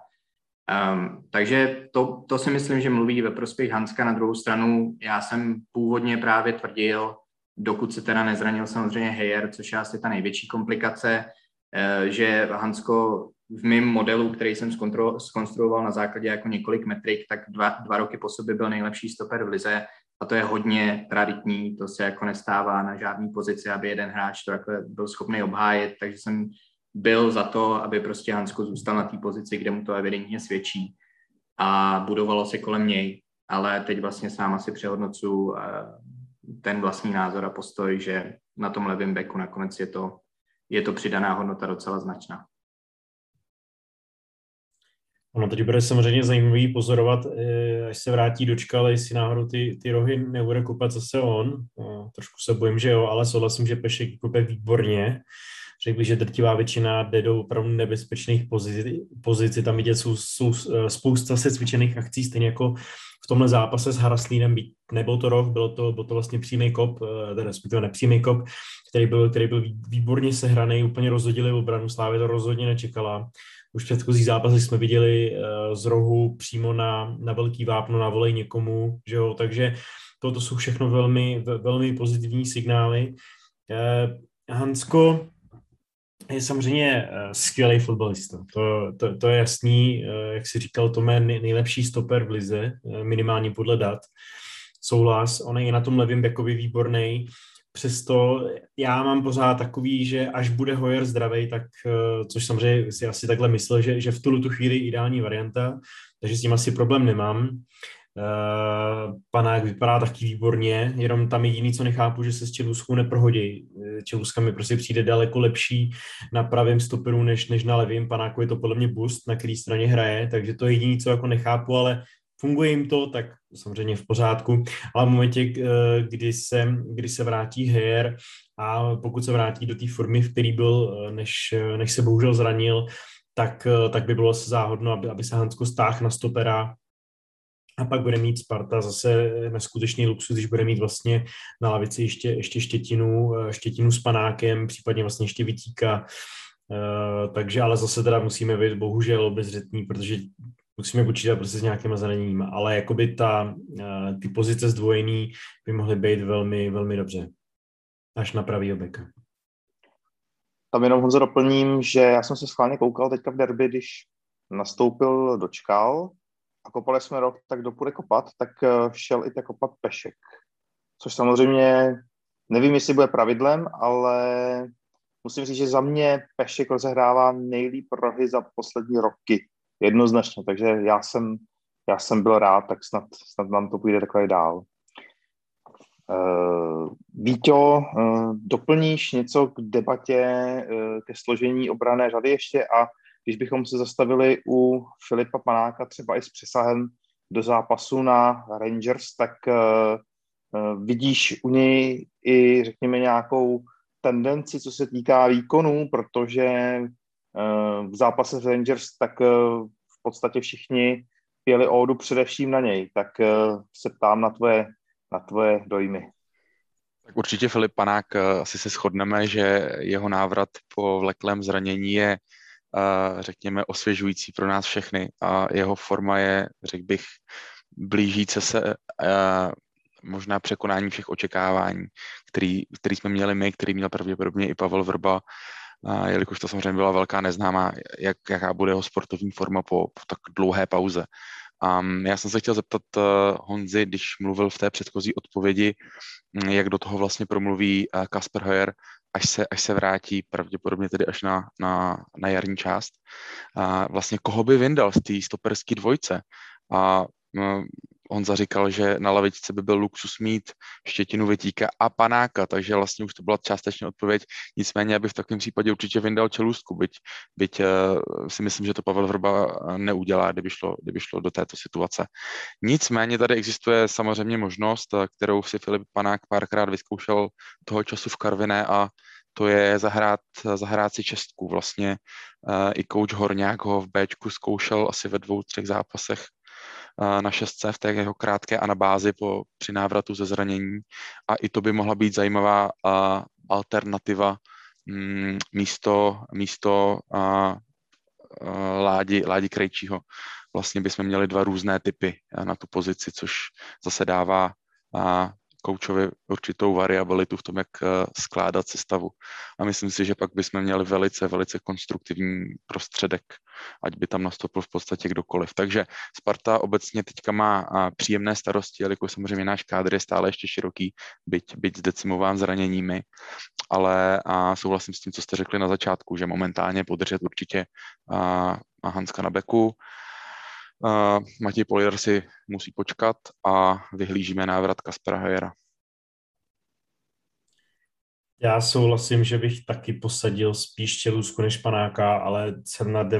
Takže to si myslím, že mluví ve prospěch Hanska. Na druhou stranu já jsem původně právě tvrdil, dokud se teda nezranil samozřejmě Heyer, což je asi ta největší komplikace, že Hansko v mém modelu, který jsem zkonstruoval na základě jako několik metrik, tak 2 roky po sobě byl nejlepší stoper v lize a to je hodně traditní, to se jako nestává na žádný pozici, aby jeden hráč to jako byl schopný obhájit, takže jsem byl za to, aby prostě Hansko zůstal na té pozici, kde mu to evidentně svědčí a budovalo se kolem něj, ale teď vlastně sám asi přehodnocuju ten vlastní názor a postoj, že na tom levém beku nakonec je to přidaná hodnota docela značná. Ono teď bude samozřejmě zajímavý pozorovat, až se vrátí Dočkal, jestli náhodou ty rohy nebude kopat zase on. Trošku se bojím, že jo, ale souhlasím, že Pešek kope výborně. Řekl bych, že drtivá většina jde do opravdu nebezpečných pozic. Tam vidět jsou spousta secvičených akcí, stejně jako v tomhle zápase s Haraslínem, nebyl to roh, byl to vlastně přímý kop, respektive nepřímý kop, který byl výborně sehraný, úplně rozhodili obranu, Slávě to rozhodně nečekala. Už v předchozích zápasech jsme viděli z rohu přímo na velký vápno, na volej někomu, že jo? Takže to jsou všechno velmi, velmi pozitivní signály. Hansko je samozřejmě skvělý fotbalista, to je jasný, jak si říkal, to je nejlepší stoper v lize, minimálně podle dat. Souhlas, on je na tom levém backovi výborný. Přesto já mám pořád takový, že až bude Hoyer zdravej, tak, což samozřejmě si asi takhle myslel, že v tu chvíli ideální varianta, takže s tím asi problém nemám. Panák vypadá taky výborně, jenom tam jediný, co nechápu, že se s Čeluskou neprohodí. Čeluska mi prostě přijde daleko lepší na pravém stoperu, než na levém. Panáku je to podle mě boost, na který straně hraje, takže to je jediný, co jako nechápu, ale funguje jim to, tak samozřejmě v pořádku, ale v momentě, kdy se vrátí Heyer a pokud se vrátí do té formy, v který byl, než se bohužel zranil, tak by bylo záhodno, aby se Hansko stáhl na stopera a pak bude mít Sparta zase neskutečný luxus, když bude mít vlastně na lavici ještě Štětinu s Panákem, případně vlastně ještě Vitíka. Takže ale zase teda musíme být bohužel obezřetní, protože musíme počítat prostě s nějakýma zraněními, ale jakoby ty pozice zdvojený by mohly být velmi, velmi dobře. Až na pravýho beka. Tam jenom, Honzo, doplním, že já jsem se schválně koukal teďka v derby, když nastoupil Dočkal a kopali jsme rok, tak kdo půjde kopat, tak šel i tak kopat Pešek. Což samozřejmě nevím, jestli bude pravidlem, ale musím říct, že za mě Pešek rozehrává nejlíp rohy za poslední roky. Jednoznačně, takže já jsem byl rád, tak snad nám to půjde takhle dál. Víťo, doplníš něco k debatě, ke složení obranné řady ještě a když bychom se zastavili u Filipa Panáka třeba i s přesahem do zápasu na Rangers, tak vidíš u něj i, řekněme, nějakou tendenci, co se týká výkonů, protože v zápase s Rangers tak v podstatě všichni pěli ódu především na něj, tak se ptám na tvoje dojmy. Tak určitě Filip Panák, asi se shodneme, že jeho návrat po vleklém zranění je, řekněme, osvěžující pro nás všechny a jeho forma je, řekl bych, blížíce se možná překonání všech očekávání, který jsme měli my, který měl pravděpodobně i Pavel Vrba, jelikož to samozřejmě byla velká neznámá, jaká bude jeho sportovní forma po tak dlouhé pauze. Já jsem se chtěl zeptat Honzi, když mluvil v té předchozí odpovědi, jak do toho vlastně promluví Kasper Heyer, až se vrátí, pravděpodobně tedy až na jarní část. Vlastně koho by vyndal z té stoperské dvojce? Honza říkal, že na lavičce by byl luxus mít Štětinu, Vitíka a Panáka, takže vlastně už to byla částečně odpověď. Nicméně, aby v takovém případě určitě vyndal Čelůstku, byť si myslím, že to Pavel Vrba neudělá, kdyby šlo do této situace. Nicméně tady existuje samozřejmě možnost, kterou si Filip Panák párkrát vyzkoušel toho času v Karviné a to je zahrát si čestku. Vlastně i coach Horňák ho v Bčku zkoušel asi ve 2-3 zápasech na šestce v té jeho krátké anabázi při návratu ze zranění a i to by mohla být zajímavá alternativa místo Ládi Krejčího. Vlastně bychom měli 2 různé typy na tu pozici, což zase dává koučovi určitou variabilitu v tom, jak skládat sestavu. A myslím si, že pak bychom měli velice, velice konstruktivní prostředek, ať by tam nastoupil v podstatě kdokoliv. Takže Sparta obecně teďka má příjemné starosti, jelikož samozřejmě náš kádr je stále ještě široký, byť zdecimován zraněními, ale souhlasím s tím, co jste řekli na začátku, že momentálně podržet určitě Hanska na beku. Matěj Polier si musí počkat a vyhlížíme návrat Kaspera Hajera. Já souhlasím, že bych taky posadil spíš Čelůsku než Panáka, ale jsem na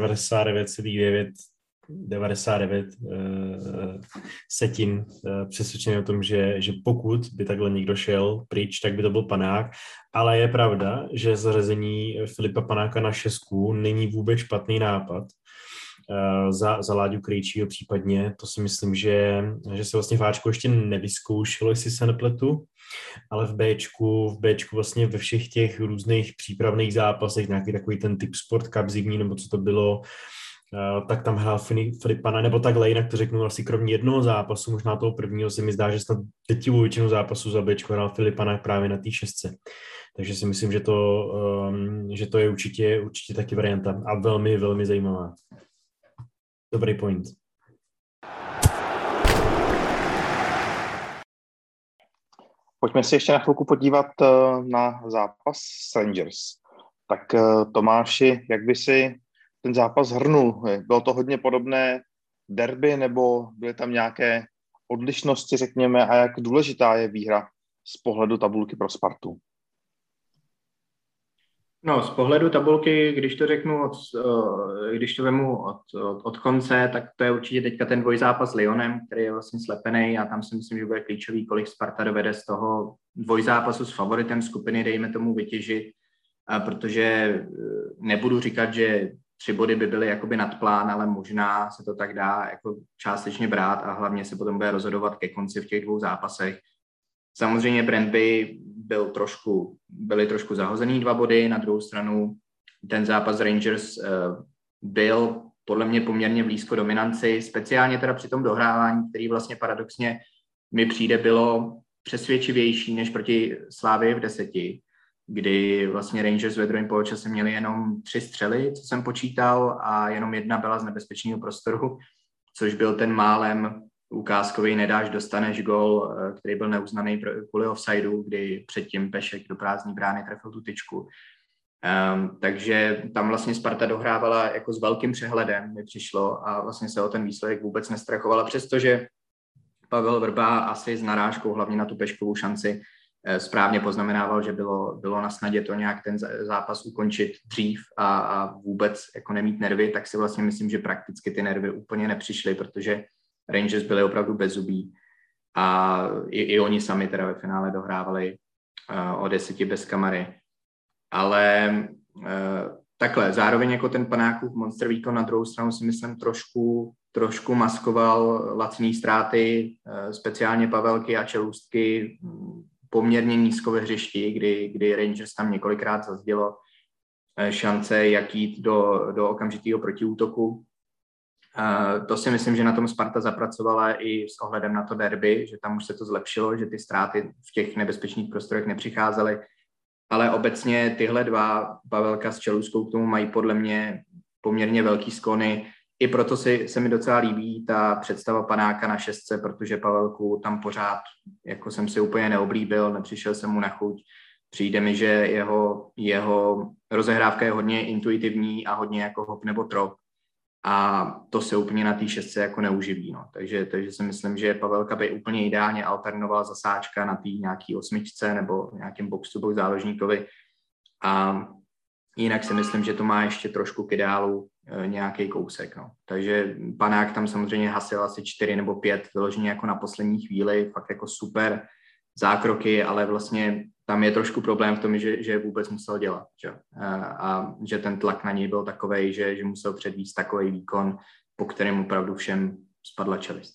99 setin přesvědčený o tom, že pokud by takhle někdo šel pryč, tak by to byl Panák, ale je pravda, že zařazení Filipa Panáka na šestku není vůbec špatný nápad. Za Láďu Krejčího případně, to si myslím, že se vlastně v Ačku ještě nevyzkoušelo, jestli se nepletu, ale v Bčku vlastně ve všech těch různých přípravných zápasech, nějaký takový ten typ Sport Cup zimní, nebo co to bylo, tak tam hrál Filip Panáka, nebo takhle, jinak to řeknu, asi kromě jednoho zápasu, možná toho prvního, se mi zdá, že snad drtivou většinu zápasu za Bčku hrál Filip Panák právě na té šestce. Takže si myslím, že to je určitě taky varianta a velmi, velmi zajímavá. Dobrý point. Pojďme si ještě na chvilku podívat na zápas s Rangers. Tak Tomáši, jak by si ten zápas shrnul? Bylo to hodně podobné derby, nebo byly tam nějaké odlišnosti, řekněme, a jak důležitá je výhra z pohledu tabulky pro Spartu? No, z pohledu tabulky, když to vemu od konce, tak to je určitě teďka ten dvojzápas s Lyonem, který je vlastně slepený a tam si myslím, že bude klíčový, kolik Sparta dovede z toho dvojzápasu s favoritem skupiny, dejme tomu, vytěžit, protože nebudu říkat, že 3 body by byly jakoby nad plán, ale možná se to tak dá jako částečně brát a hlavně se potom bude rozhodovat ke konci v těch 2 zápasech. Samozřejmě Brandby byly trošku zahozený 2 body, na druhou stranu ten zápas Rangers byl podle mě poměrně blízko dominanci, speciálně teda při tom dohrávání, který vlastně paradoxně mi přijde bylo přesvědčivější než proti Slavii v 10, kdy vlastně Rangers ve druhém poločase měli jenom 3 střely, co jsem počítal, a jenom 1 byla z nebezpečného prostoru, což byl ten málem ukázkový nedáš, dostaneš gól, který byl neuznaný kvůli offsideu, kdy předtím Pešek do prázdné brány trefil tu tyčku. Takže tam vlastně Sparta dohrávala jako s velkým přehledem, mi přišlo, a vlastně se o ten výsledek vůbec nestrachovala, přestože Pavel Vrba asi s narážkou hlavně na tu Peškovou šanci správně poznamenával, že bylo na snadě to nějak ten zápas ukončit dřív a vůbec jako nemít nervy, tak si vlastně myslím, že prakticky ty nervy úplně nepřišly, protože Rangers byli opravdu bezzubí a i oni sami teda ve finále dohrávali o 10 bez Kamary. Ale takhle, zároveň jako ten Panákův monster výkon na druhou stranu si myslím trošku maskoval lacný ztráty, speciálně Pavelky a Čelůstky, poměrně nízko ve hřišti, kdy Rangers tam několikrát zazdělo šance, jak jít do okamžitého protiútoku. To si myslím, že na tom Sparta zapracovala i s ohledem na to derby, že tam už se to zlepšilo, že ty ztráty v těch nebezpečných prostorech nepřicházely, ale obecně tyhle 2, Pavelka s Čelůskou, k tomu mají podle mě poměrně velký sklony. I proto se mi docela líbí ta představa Panáka na 6, protože Pavelku tam pořád, jako jsem si úplně neoblíbil, nepřišel jsem mu na chuť. Přijde mi, že jeho rozehrávka je hodně intuitivní a hodně jako hop nebo trop. A to se úplně na té 6 jako neuživí. No. Takže si myslím, že Pavelka by úplně ideálně alternoval Zasáčka na té nějaký 8 nebo nějakým box-to-box záložníkovi. A jinak si myslím, že to má ještě trošku k ideálu nějaký kousek. No. Takže Panák tam samozřejmě hasil asi 4 nebo 5 vyloženě jako na poslední chvíli, fakt jako super zákroky, ale vlastně tam je trošku problém v tom, že vůbec musel dělat. Že? A že ten tlak na něj byl takovej, že musel předvíst takový výkon, po kterém opravdu všem spadla čelist.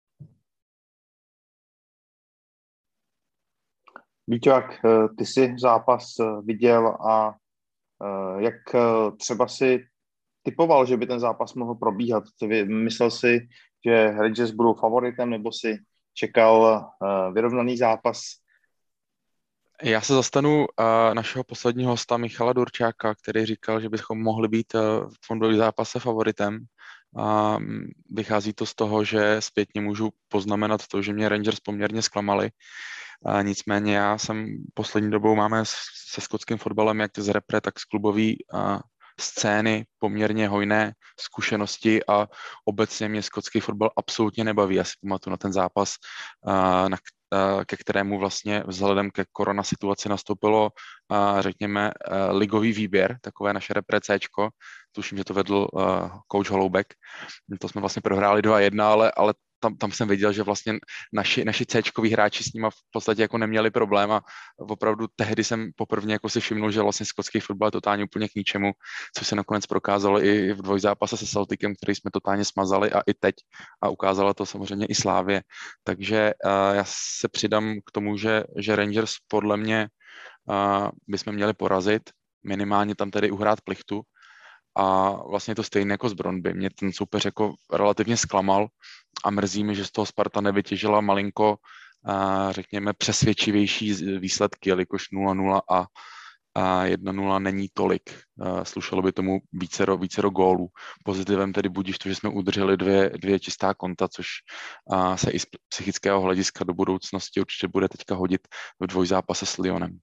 Víte, jak ty jsi zápas viděl a jak třeba si typoval, že by ten zápas mohl probíhat? Myslel si, že Rangers budou favoritem, nebo si čekal vyrovnaný zápas. Já se zastanu našeho posledního hosta Michala Durčáka, který říkal, že bychom mohli být v fondových zápase favoritem. Vychází to z toho, že zpětně můžu poznamenat to, že mě Rangers poměrně zklamali. Nicméně já jsem poslední dobou máme se skotským fotbalem jak z repre, tak z klubový scény poměrně hojné zkušenosti a obecně mě skotský fotbal absolutně nebaví. Já si pamatuju na ten zápas, ke kterému vlastně vzhledem ke korona situaci nastoupilo, řekněme, ligový výběr, takové naše repre Cčko. Tuším, že to vedl coach Holoubek. To jsme vlastně prohráli 2-1, ale tam jsem viděl, že vlastně naši C-čkoví hráči s nima v podstatě jako neměli problém a opravdu tehdy jsem poprvé jako si všimnul, že vlastně skotský fotbal je totálně úplně k ničemu, což se nakonec prokázalo i v dvojzápase se Celticem, který jsme totálně smazali a i teď a ukázala to samozřejmě i Slávě. Takže já se přidám k tomu, že Rangers podle mě bychom měli porazit, minimálně tam tedy uhrát plichtu. A vlastně je to stejné jako z Brøndby. Mě ten soupeř jako relativně zklamal a mrzí mi, že z toho Sparta nevytěžila malinko, řekněme, přesvědčivější výsledky, jelikož 0-0 a 1-0 není tolik. Slušelo by tomu vícero gólů. Pozitivem tedy budíš to, že jsme udrželi dvě čistá konta, což se i z psychického hlediska do budoucnosti určitě bude teďka hodit v dvojzápase s Lyonem.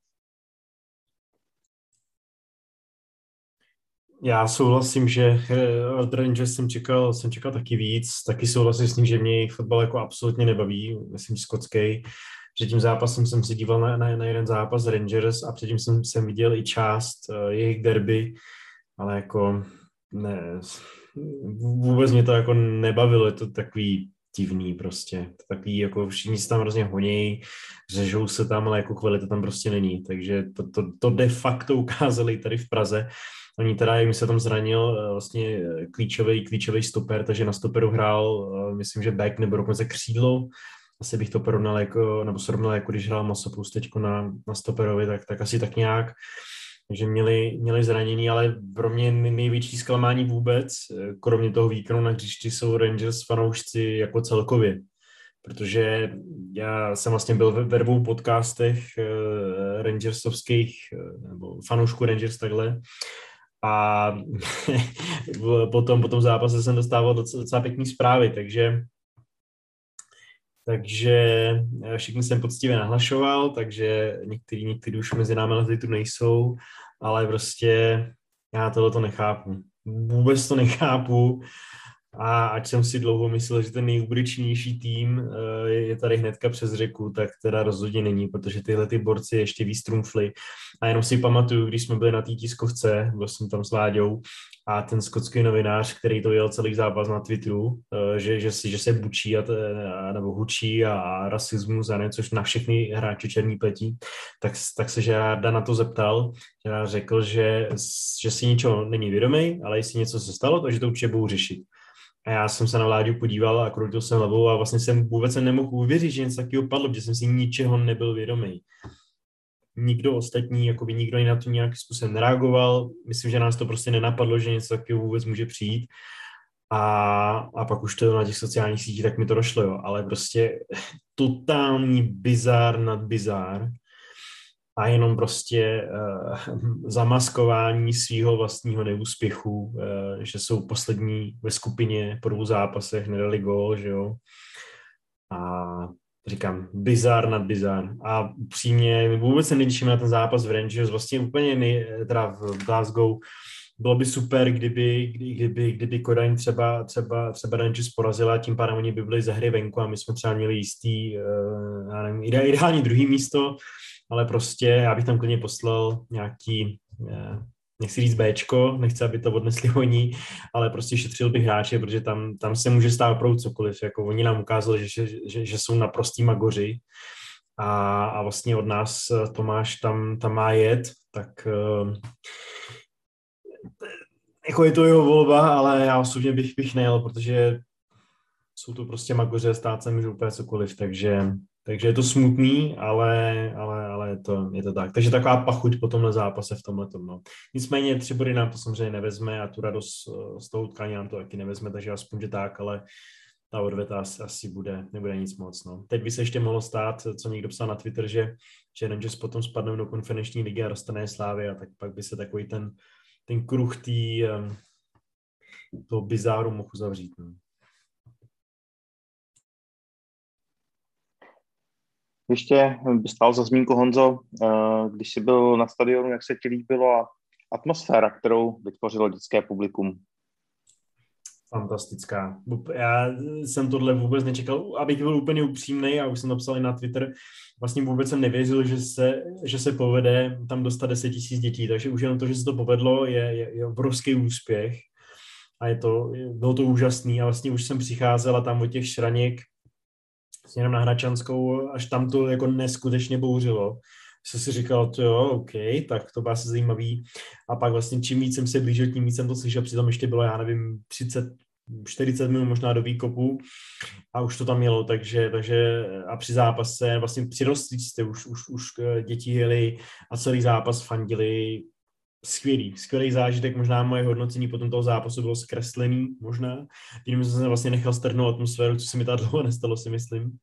Já souhlasím, že od Rangers jsem čekal taky víc. Taky souhlasím s tím, že mě jejich fotbal jako absolutně nebaví. Myslím, skotský. Před tím zápasem jsem se díval na jeden zápas Rangers a předtím jsem viděl i část jejich derby, ale jako ne, vůbec mě to jako nebavilo. Je to takový divný prostě. Takový jako všichni se tam hrozně honějí, řežou se tam, ale jako kvalita tam prostě není. Takže to de facto ukázali tady v Praze. Oni teda, jim se tam zranil vlastně klíčový stoper, takže na stoperu hrál, myslím, že back nebo dokonce křídlo. Asi bych to porovnal nebo srovnal, jako když hrál Masopus teďko na stoperovi, tak asi tak nějak. Takže měli zranění, ale pro mě největší zklamání vůbec, kromě toho výkonu na hřišti, jsou Rangers fanoušci jako celkově. Protože já jsem vlastně byl ve dvou podcastech rangersovských, nebo fanoušků Rangers takhle, a po tom zápase jsem dostával docela pěkný zprávy, takže všichni jsem poctivě nahlašoval, takže některý už mezi námi na tu nejsou, ale prostě já tohle to nechápu. Vůbec to nechápu. A ať jsem si dlouho myslel, že ten nejubričnější tým je tady hnedka přes řeku, tak teda rozhodně není, protože tyhle ty borci ještě víc trumfli. A jenom si pamatuju, když jsme byli na té tiskovce, byl jsem tam s Láďou, a ten skotský novinář, který to jel celý zápas na Twitteru, že se bučí nebo hučí a rasismus a ne, což na všechny hráče černý pletí, tak se Gerarda na to zeptal. Gerard řekl, že si ničeho není vědomý, ale jestli něco se stalo, takže to určitě budou řešit. A já jsem se na Vláďu podíval a kroutil jsem hlavou a vlastně jsem vůbec nemohl uvěřit, že něco takového padlo, protože jsem si ničeho nebyl vědomý. Nikdo ostatní, jakoby nikdo na to nějakým způsobem nereagoval. Myslím, že nás to prostě nenapadlo, že něco takového vůbec může přijít. A pak už to na těch sociálních sítích, tak mi to došlo, jo. Ale prostě totální bizár nad bizár. A jenom prostě zamaskování svého vlastního neúspěchu, že jsou poslední ve skupině po 2 zápasech, nedali gól, že jo. A říkám, bizár nad bizár. A upřímně, vůbec se netěšíme na ten zápas v Rangers, vlastně úplně teda v Glasgow. Bylo by super, kdyby Kodaň třeba Rangers porazila, tím pádem oni by byli ze hry venku a my jsme třeba měli jistý, já nevím, ideální druhý místo, ale prostě já bych tam klidně poslal nějaký, nechci říct Bčko, nechci, aby to odnesli oni, ale prostě šetřil bych hráče, protože tam se může stát opravdu cokoliv. Jako oni nám ukázali, že jsou naprostý magoři a vlastně od nás Tomáš tam má jet, tak jako je to jeho volba, ale já osobně bych nejel, protože jsou to prostě magoři a stát se může úplně cokoliv, takže je to smutný, ale je to tak. Takže taková pachuť po tomhle zápase v tomhletom. No. Nicméně 3 body nám to samozřejmě nevezme a tu radost z toho utkání nám to taky nevezme, takže aspoň, že tak, ale ta odveta asi nebude nic moc. No. Teď by se ještě mohlo stát, co někdo psal na Twitter, že Rangers potom spadnou do konferenční ligy a dostane Slavia, tak pak by se takový ten kruh toho bizáru mohl uzavřít. No. Ještě by stál za zmínku, Honzo, když jsi byl na stadionu, jak se ti líbila atmosféra, kterou vytvořilo dětské publikum? Fantastická. Já jsem tohle vůbec nečekal, abych byl úplně upřímnej, a už jsem to psal i na Twitter, vlastně vůbec jsem nevěřil, že se povede tam dostat 10 000 dětí, takže už jenom to, že se to povedlo, je obrovský úspěch a bylo to úžasný a vlastně už jsem přicházel a tam od těch Šraněk směrem na Hračanskou, až tam to jako neskutečně bouřilo. Jsem si říkal, to jo, OK, tak to bylo asi zajímavý. A pak vlastně čím víc jsem se blížil, tím víc jsem to slyšel, přitom ještě bylo, já nevím, 30-40 minut možná do výkopu a už to tam jelo, takže a při zápase, vlastně při rozstříčce už děti jeli a celý zápas fandili. Skvělý zážitek, možná moje hodnocení potom toho zápasu bylo zkreslený, možná. Tím jsem se vlastně nechal strhnout atmosféru, co se mi tady dlouho nestalo, si myslím.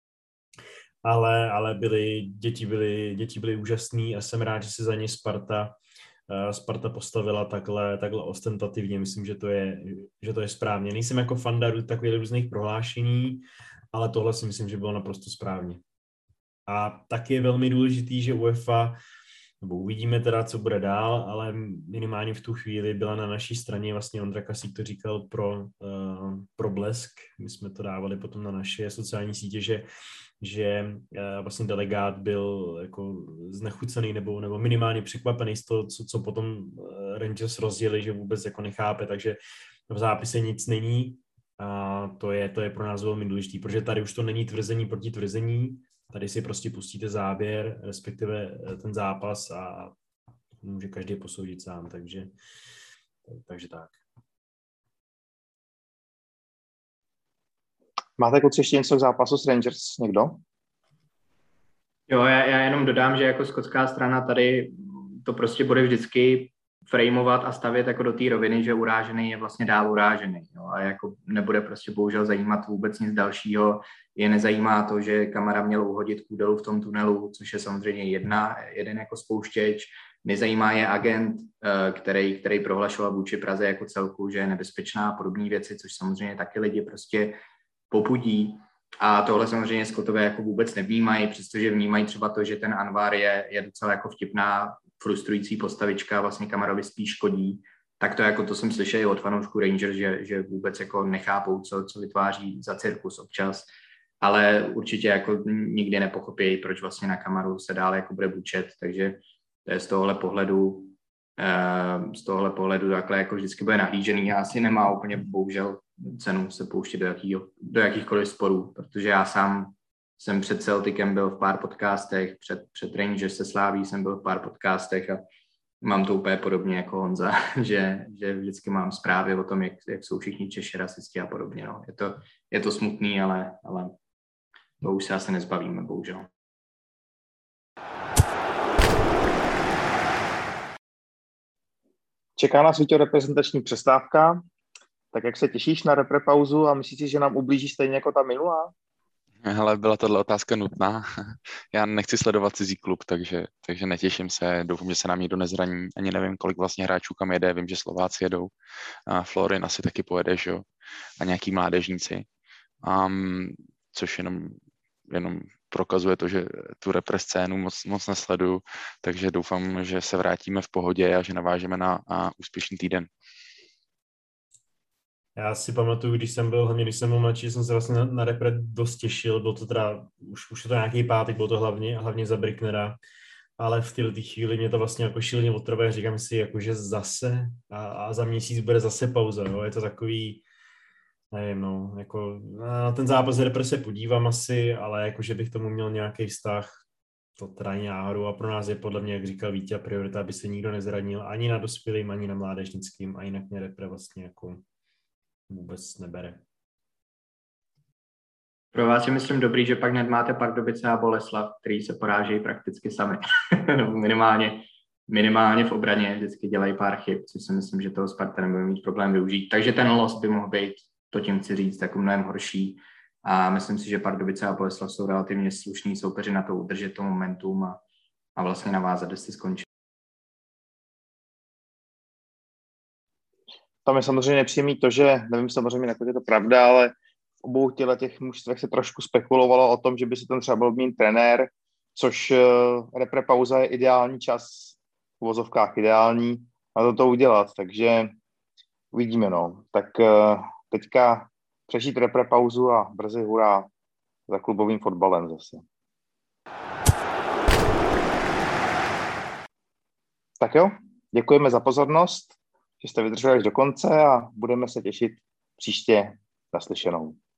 Ale děti byly úžasný a jsem rád, že se za ně Sparta postavila takhle ostentativně. Myslím, že to je správně. Nejsem jako fanda takových různých prohlášení, ale tohle si myslím, že bylo naprosto správně. A taky je velmi důležitý, že UEFA, nebo uvidíme teda, co bude dál, ale minimálně v tu chvíli byla na naší straně, vlastně Ondra Kasík to říkal pro Blesk, my jsme to dávali potom na naše sociální sítě, že vlastně delegát byl jako znechucený nebo minimálně překvapený z toho, co potom Rangers rozjeli, že vůbec jako nechápe, takže v zápise nic není a to je pro nás velmi důležitý, protože tady už to není tvrzení proti tvrzení, tady si prostě pustíte záběr, respektive ten zápas a může každý posoudit sám, takže tak. Máte kluci ještě něco k zápasu s Rangers někdo? Jo, já jenom dodám, že jako skotská strana tady to prostě bude vždycky frameovat a stavět jako do té roviny, že urážený je vlastně dál urážený. Jo, a jako nebude prostě bohužel zajímat vůbec nic dalšího. Je nezajímá to, že Kamara měl uhodit Kůdelu v tom tunelu, což je samozřejmě jeden jako spouštěč. Nezajímá je agent, který prohlašoval vůči Praze jako celku, že je nebezpečná a podobné věci, což samozřejmě taky lidi prostě popudí. A tohle samozřejmě Skotové jako vůbec nevnímají, přestože vnímají třeba to, že ten Anwar je docela jako vtipná, frustrující postavička, vlastně Kamarovi spíš škodí. Tak to jako to jsem slyšel i od fanoušků Rangers, že vůbec jako nechápou, co vytváří za cirkus občas. Ale určitě jako nikdy nepochopí, proč vlastně na Kamaru se dále jako bude bučet, takže to je z tohohle pohledu takhle jako vždycky bude nahlížený a asi nemá úplně bohužel cenu se pouštět do jakýchkoliv sporů, protože já sám jsem před Celticem byl v pár podcastech, před Rangers se Slaví jsem byl v pár podcastech a mám to úplně podobně jako Honza, že vždycky mám zprávy o tom, jak jsou všichni Češi rasisti a podobně. No. Je to smutný, ale to už se asi nezbavíme, bohužel. Čeká nás reprezentační přestávka. Tak jak se těšíš na reprepauzu a myslíš si, že nám ublíží stejně jako ta minulá? Hele, byla tato otázka nutná. Já nechci sledovat cizí klub, takže netěším se. Doufám, že se nám nikdo nezraní. Ani nevím, kolik vlastně hráčů kam jede. Vím, že Slováci jedou. A Florin asi taky pojede, že jo? A nějaký mládežníci. Což jenom prokazuje to, že tu repre scénu moc nesleduju. Takže doufám, že se vrátíme v pohodě a že navážeme na úspěšný týden. Já si pamatuju, když jsem byl mladší, jsem se vlastně na repre dost těšil, byl to teda, už je to nějaký pátek, bylo to hlavně za Bricknera, ale v této chvíli mě to vlastně jako šíleně otrvé, říkám si, jakože zase a za měsíc bude zase pauza, jo? Je to takový, nevím, no, jako na ten zápas repre se podívám asi, ale jakože bych tomu měl nějaký vztah, to teda náhodou a pro nás je podle mě, jak říkal Vítě, priorita, aby se nikdo nezranil ani na dospělým, ani na mládežnickým a jinak mě repre vlastně jako vůbec nebere. Pro vás je myslím dobrý, že pak máte Pardubice a Boleslav, který se porážejí prakticky sami. minimálně v obraně vždycky dělají pár chyb, což si myslím, že toho Sparta nebude mít problém využít. Takže ten los by mohl být to tím chci říct, jako mnohem horší. A myslím si, že Pardubice a Boleslav jsou relativně slušní soupeři na to udržet to momentum a vlastně navázat, kde si skončí. Tam je samozřejmě nepříjemný to, že, nevím samozřejmě, nakolik je to pravda, ale v obou těch mužstvech se trošku spekulovalo o tom, že by se tam třeba byl mít trenér, což repre pauza je ideální čas, v uvozovkách ideální, na to udělat, takže uvidíme, no. Tak teďka přežít repre pauzu a brzy hurá za klubovým fotbalem zase. Tak jo, děkujeme za pozornost, že jste vydrželi až do konce a budeme se těšit příště naslyšenou.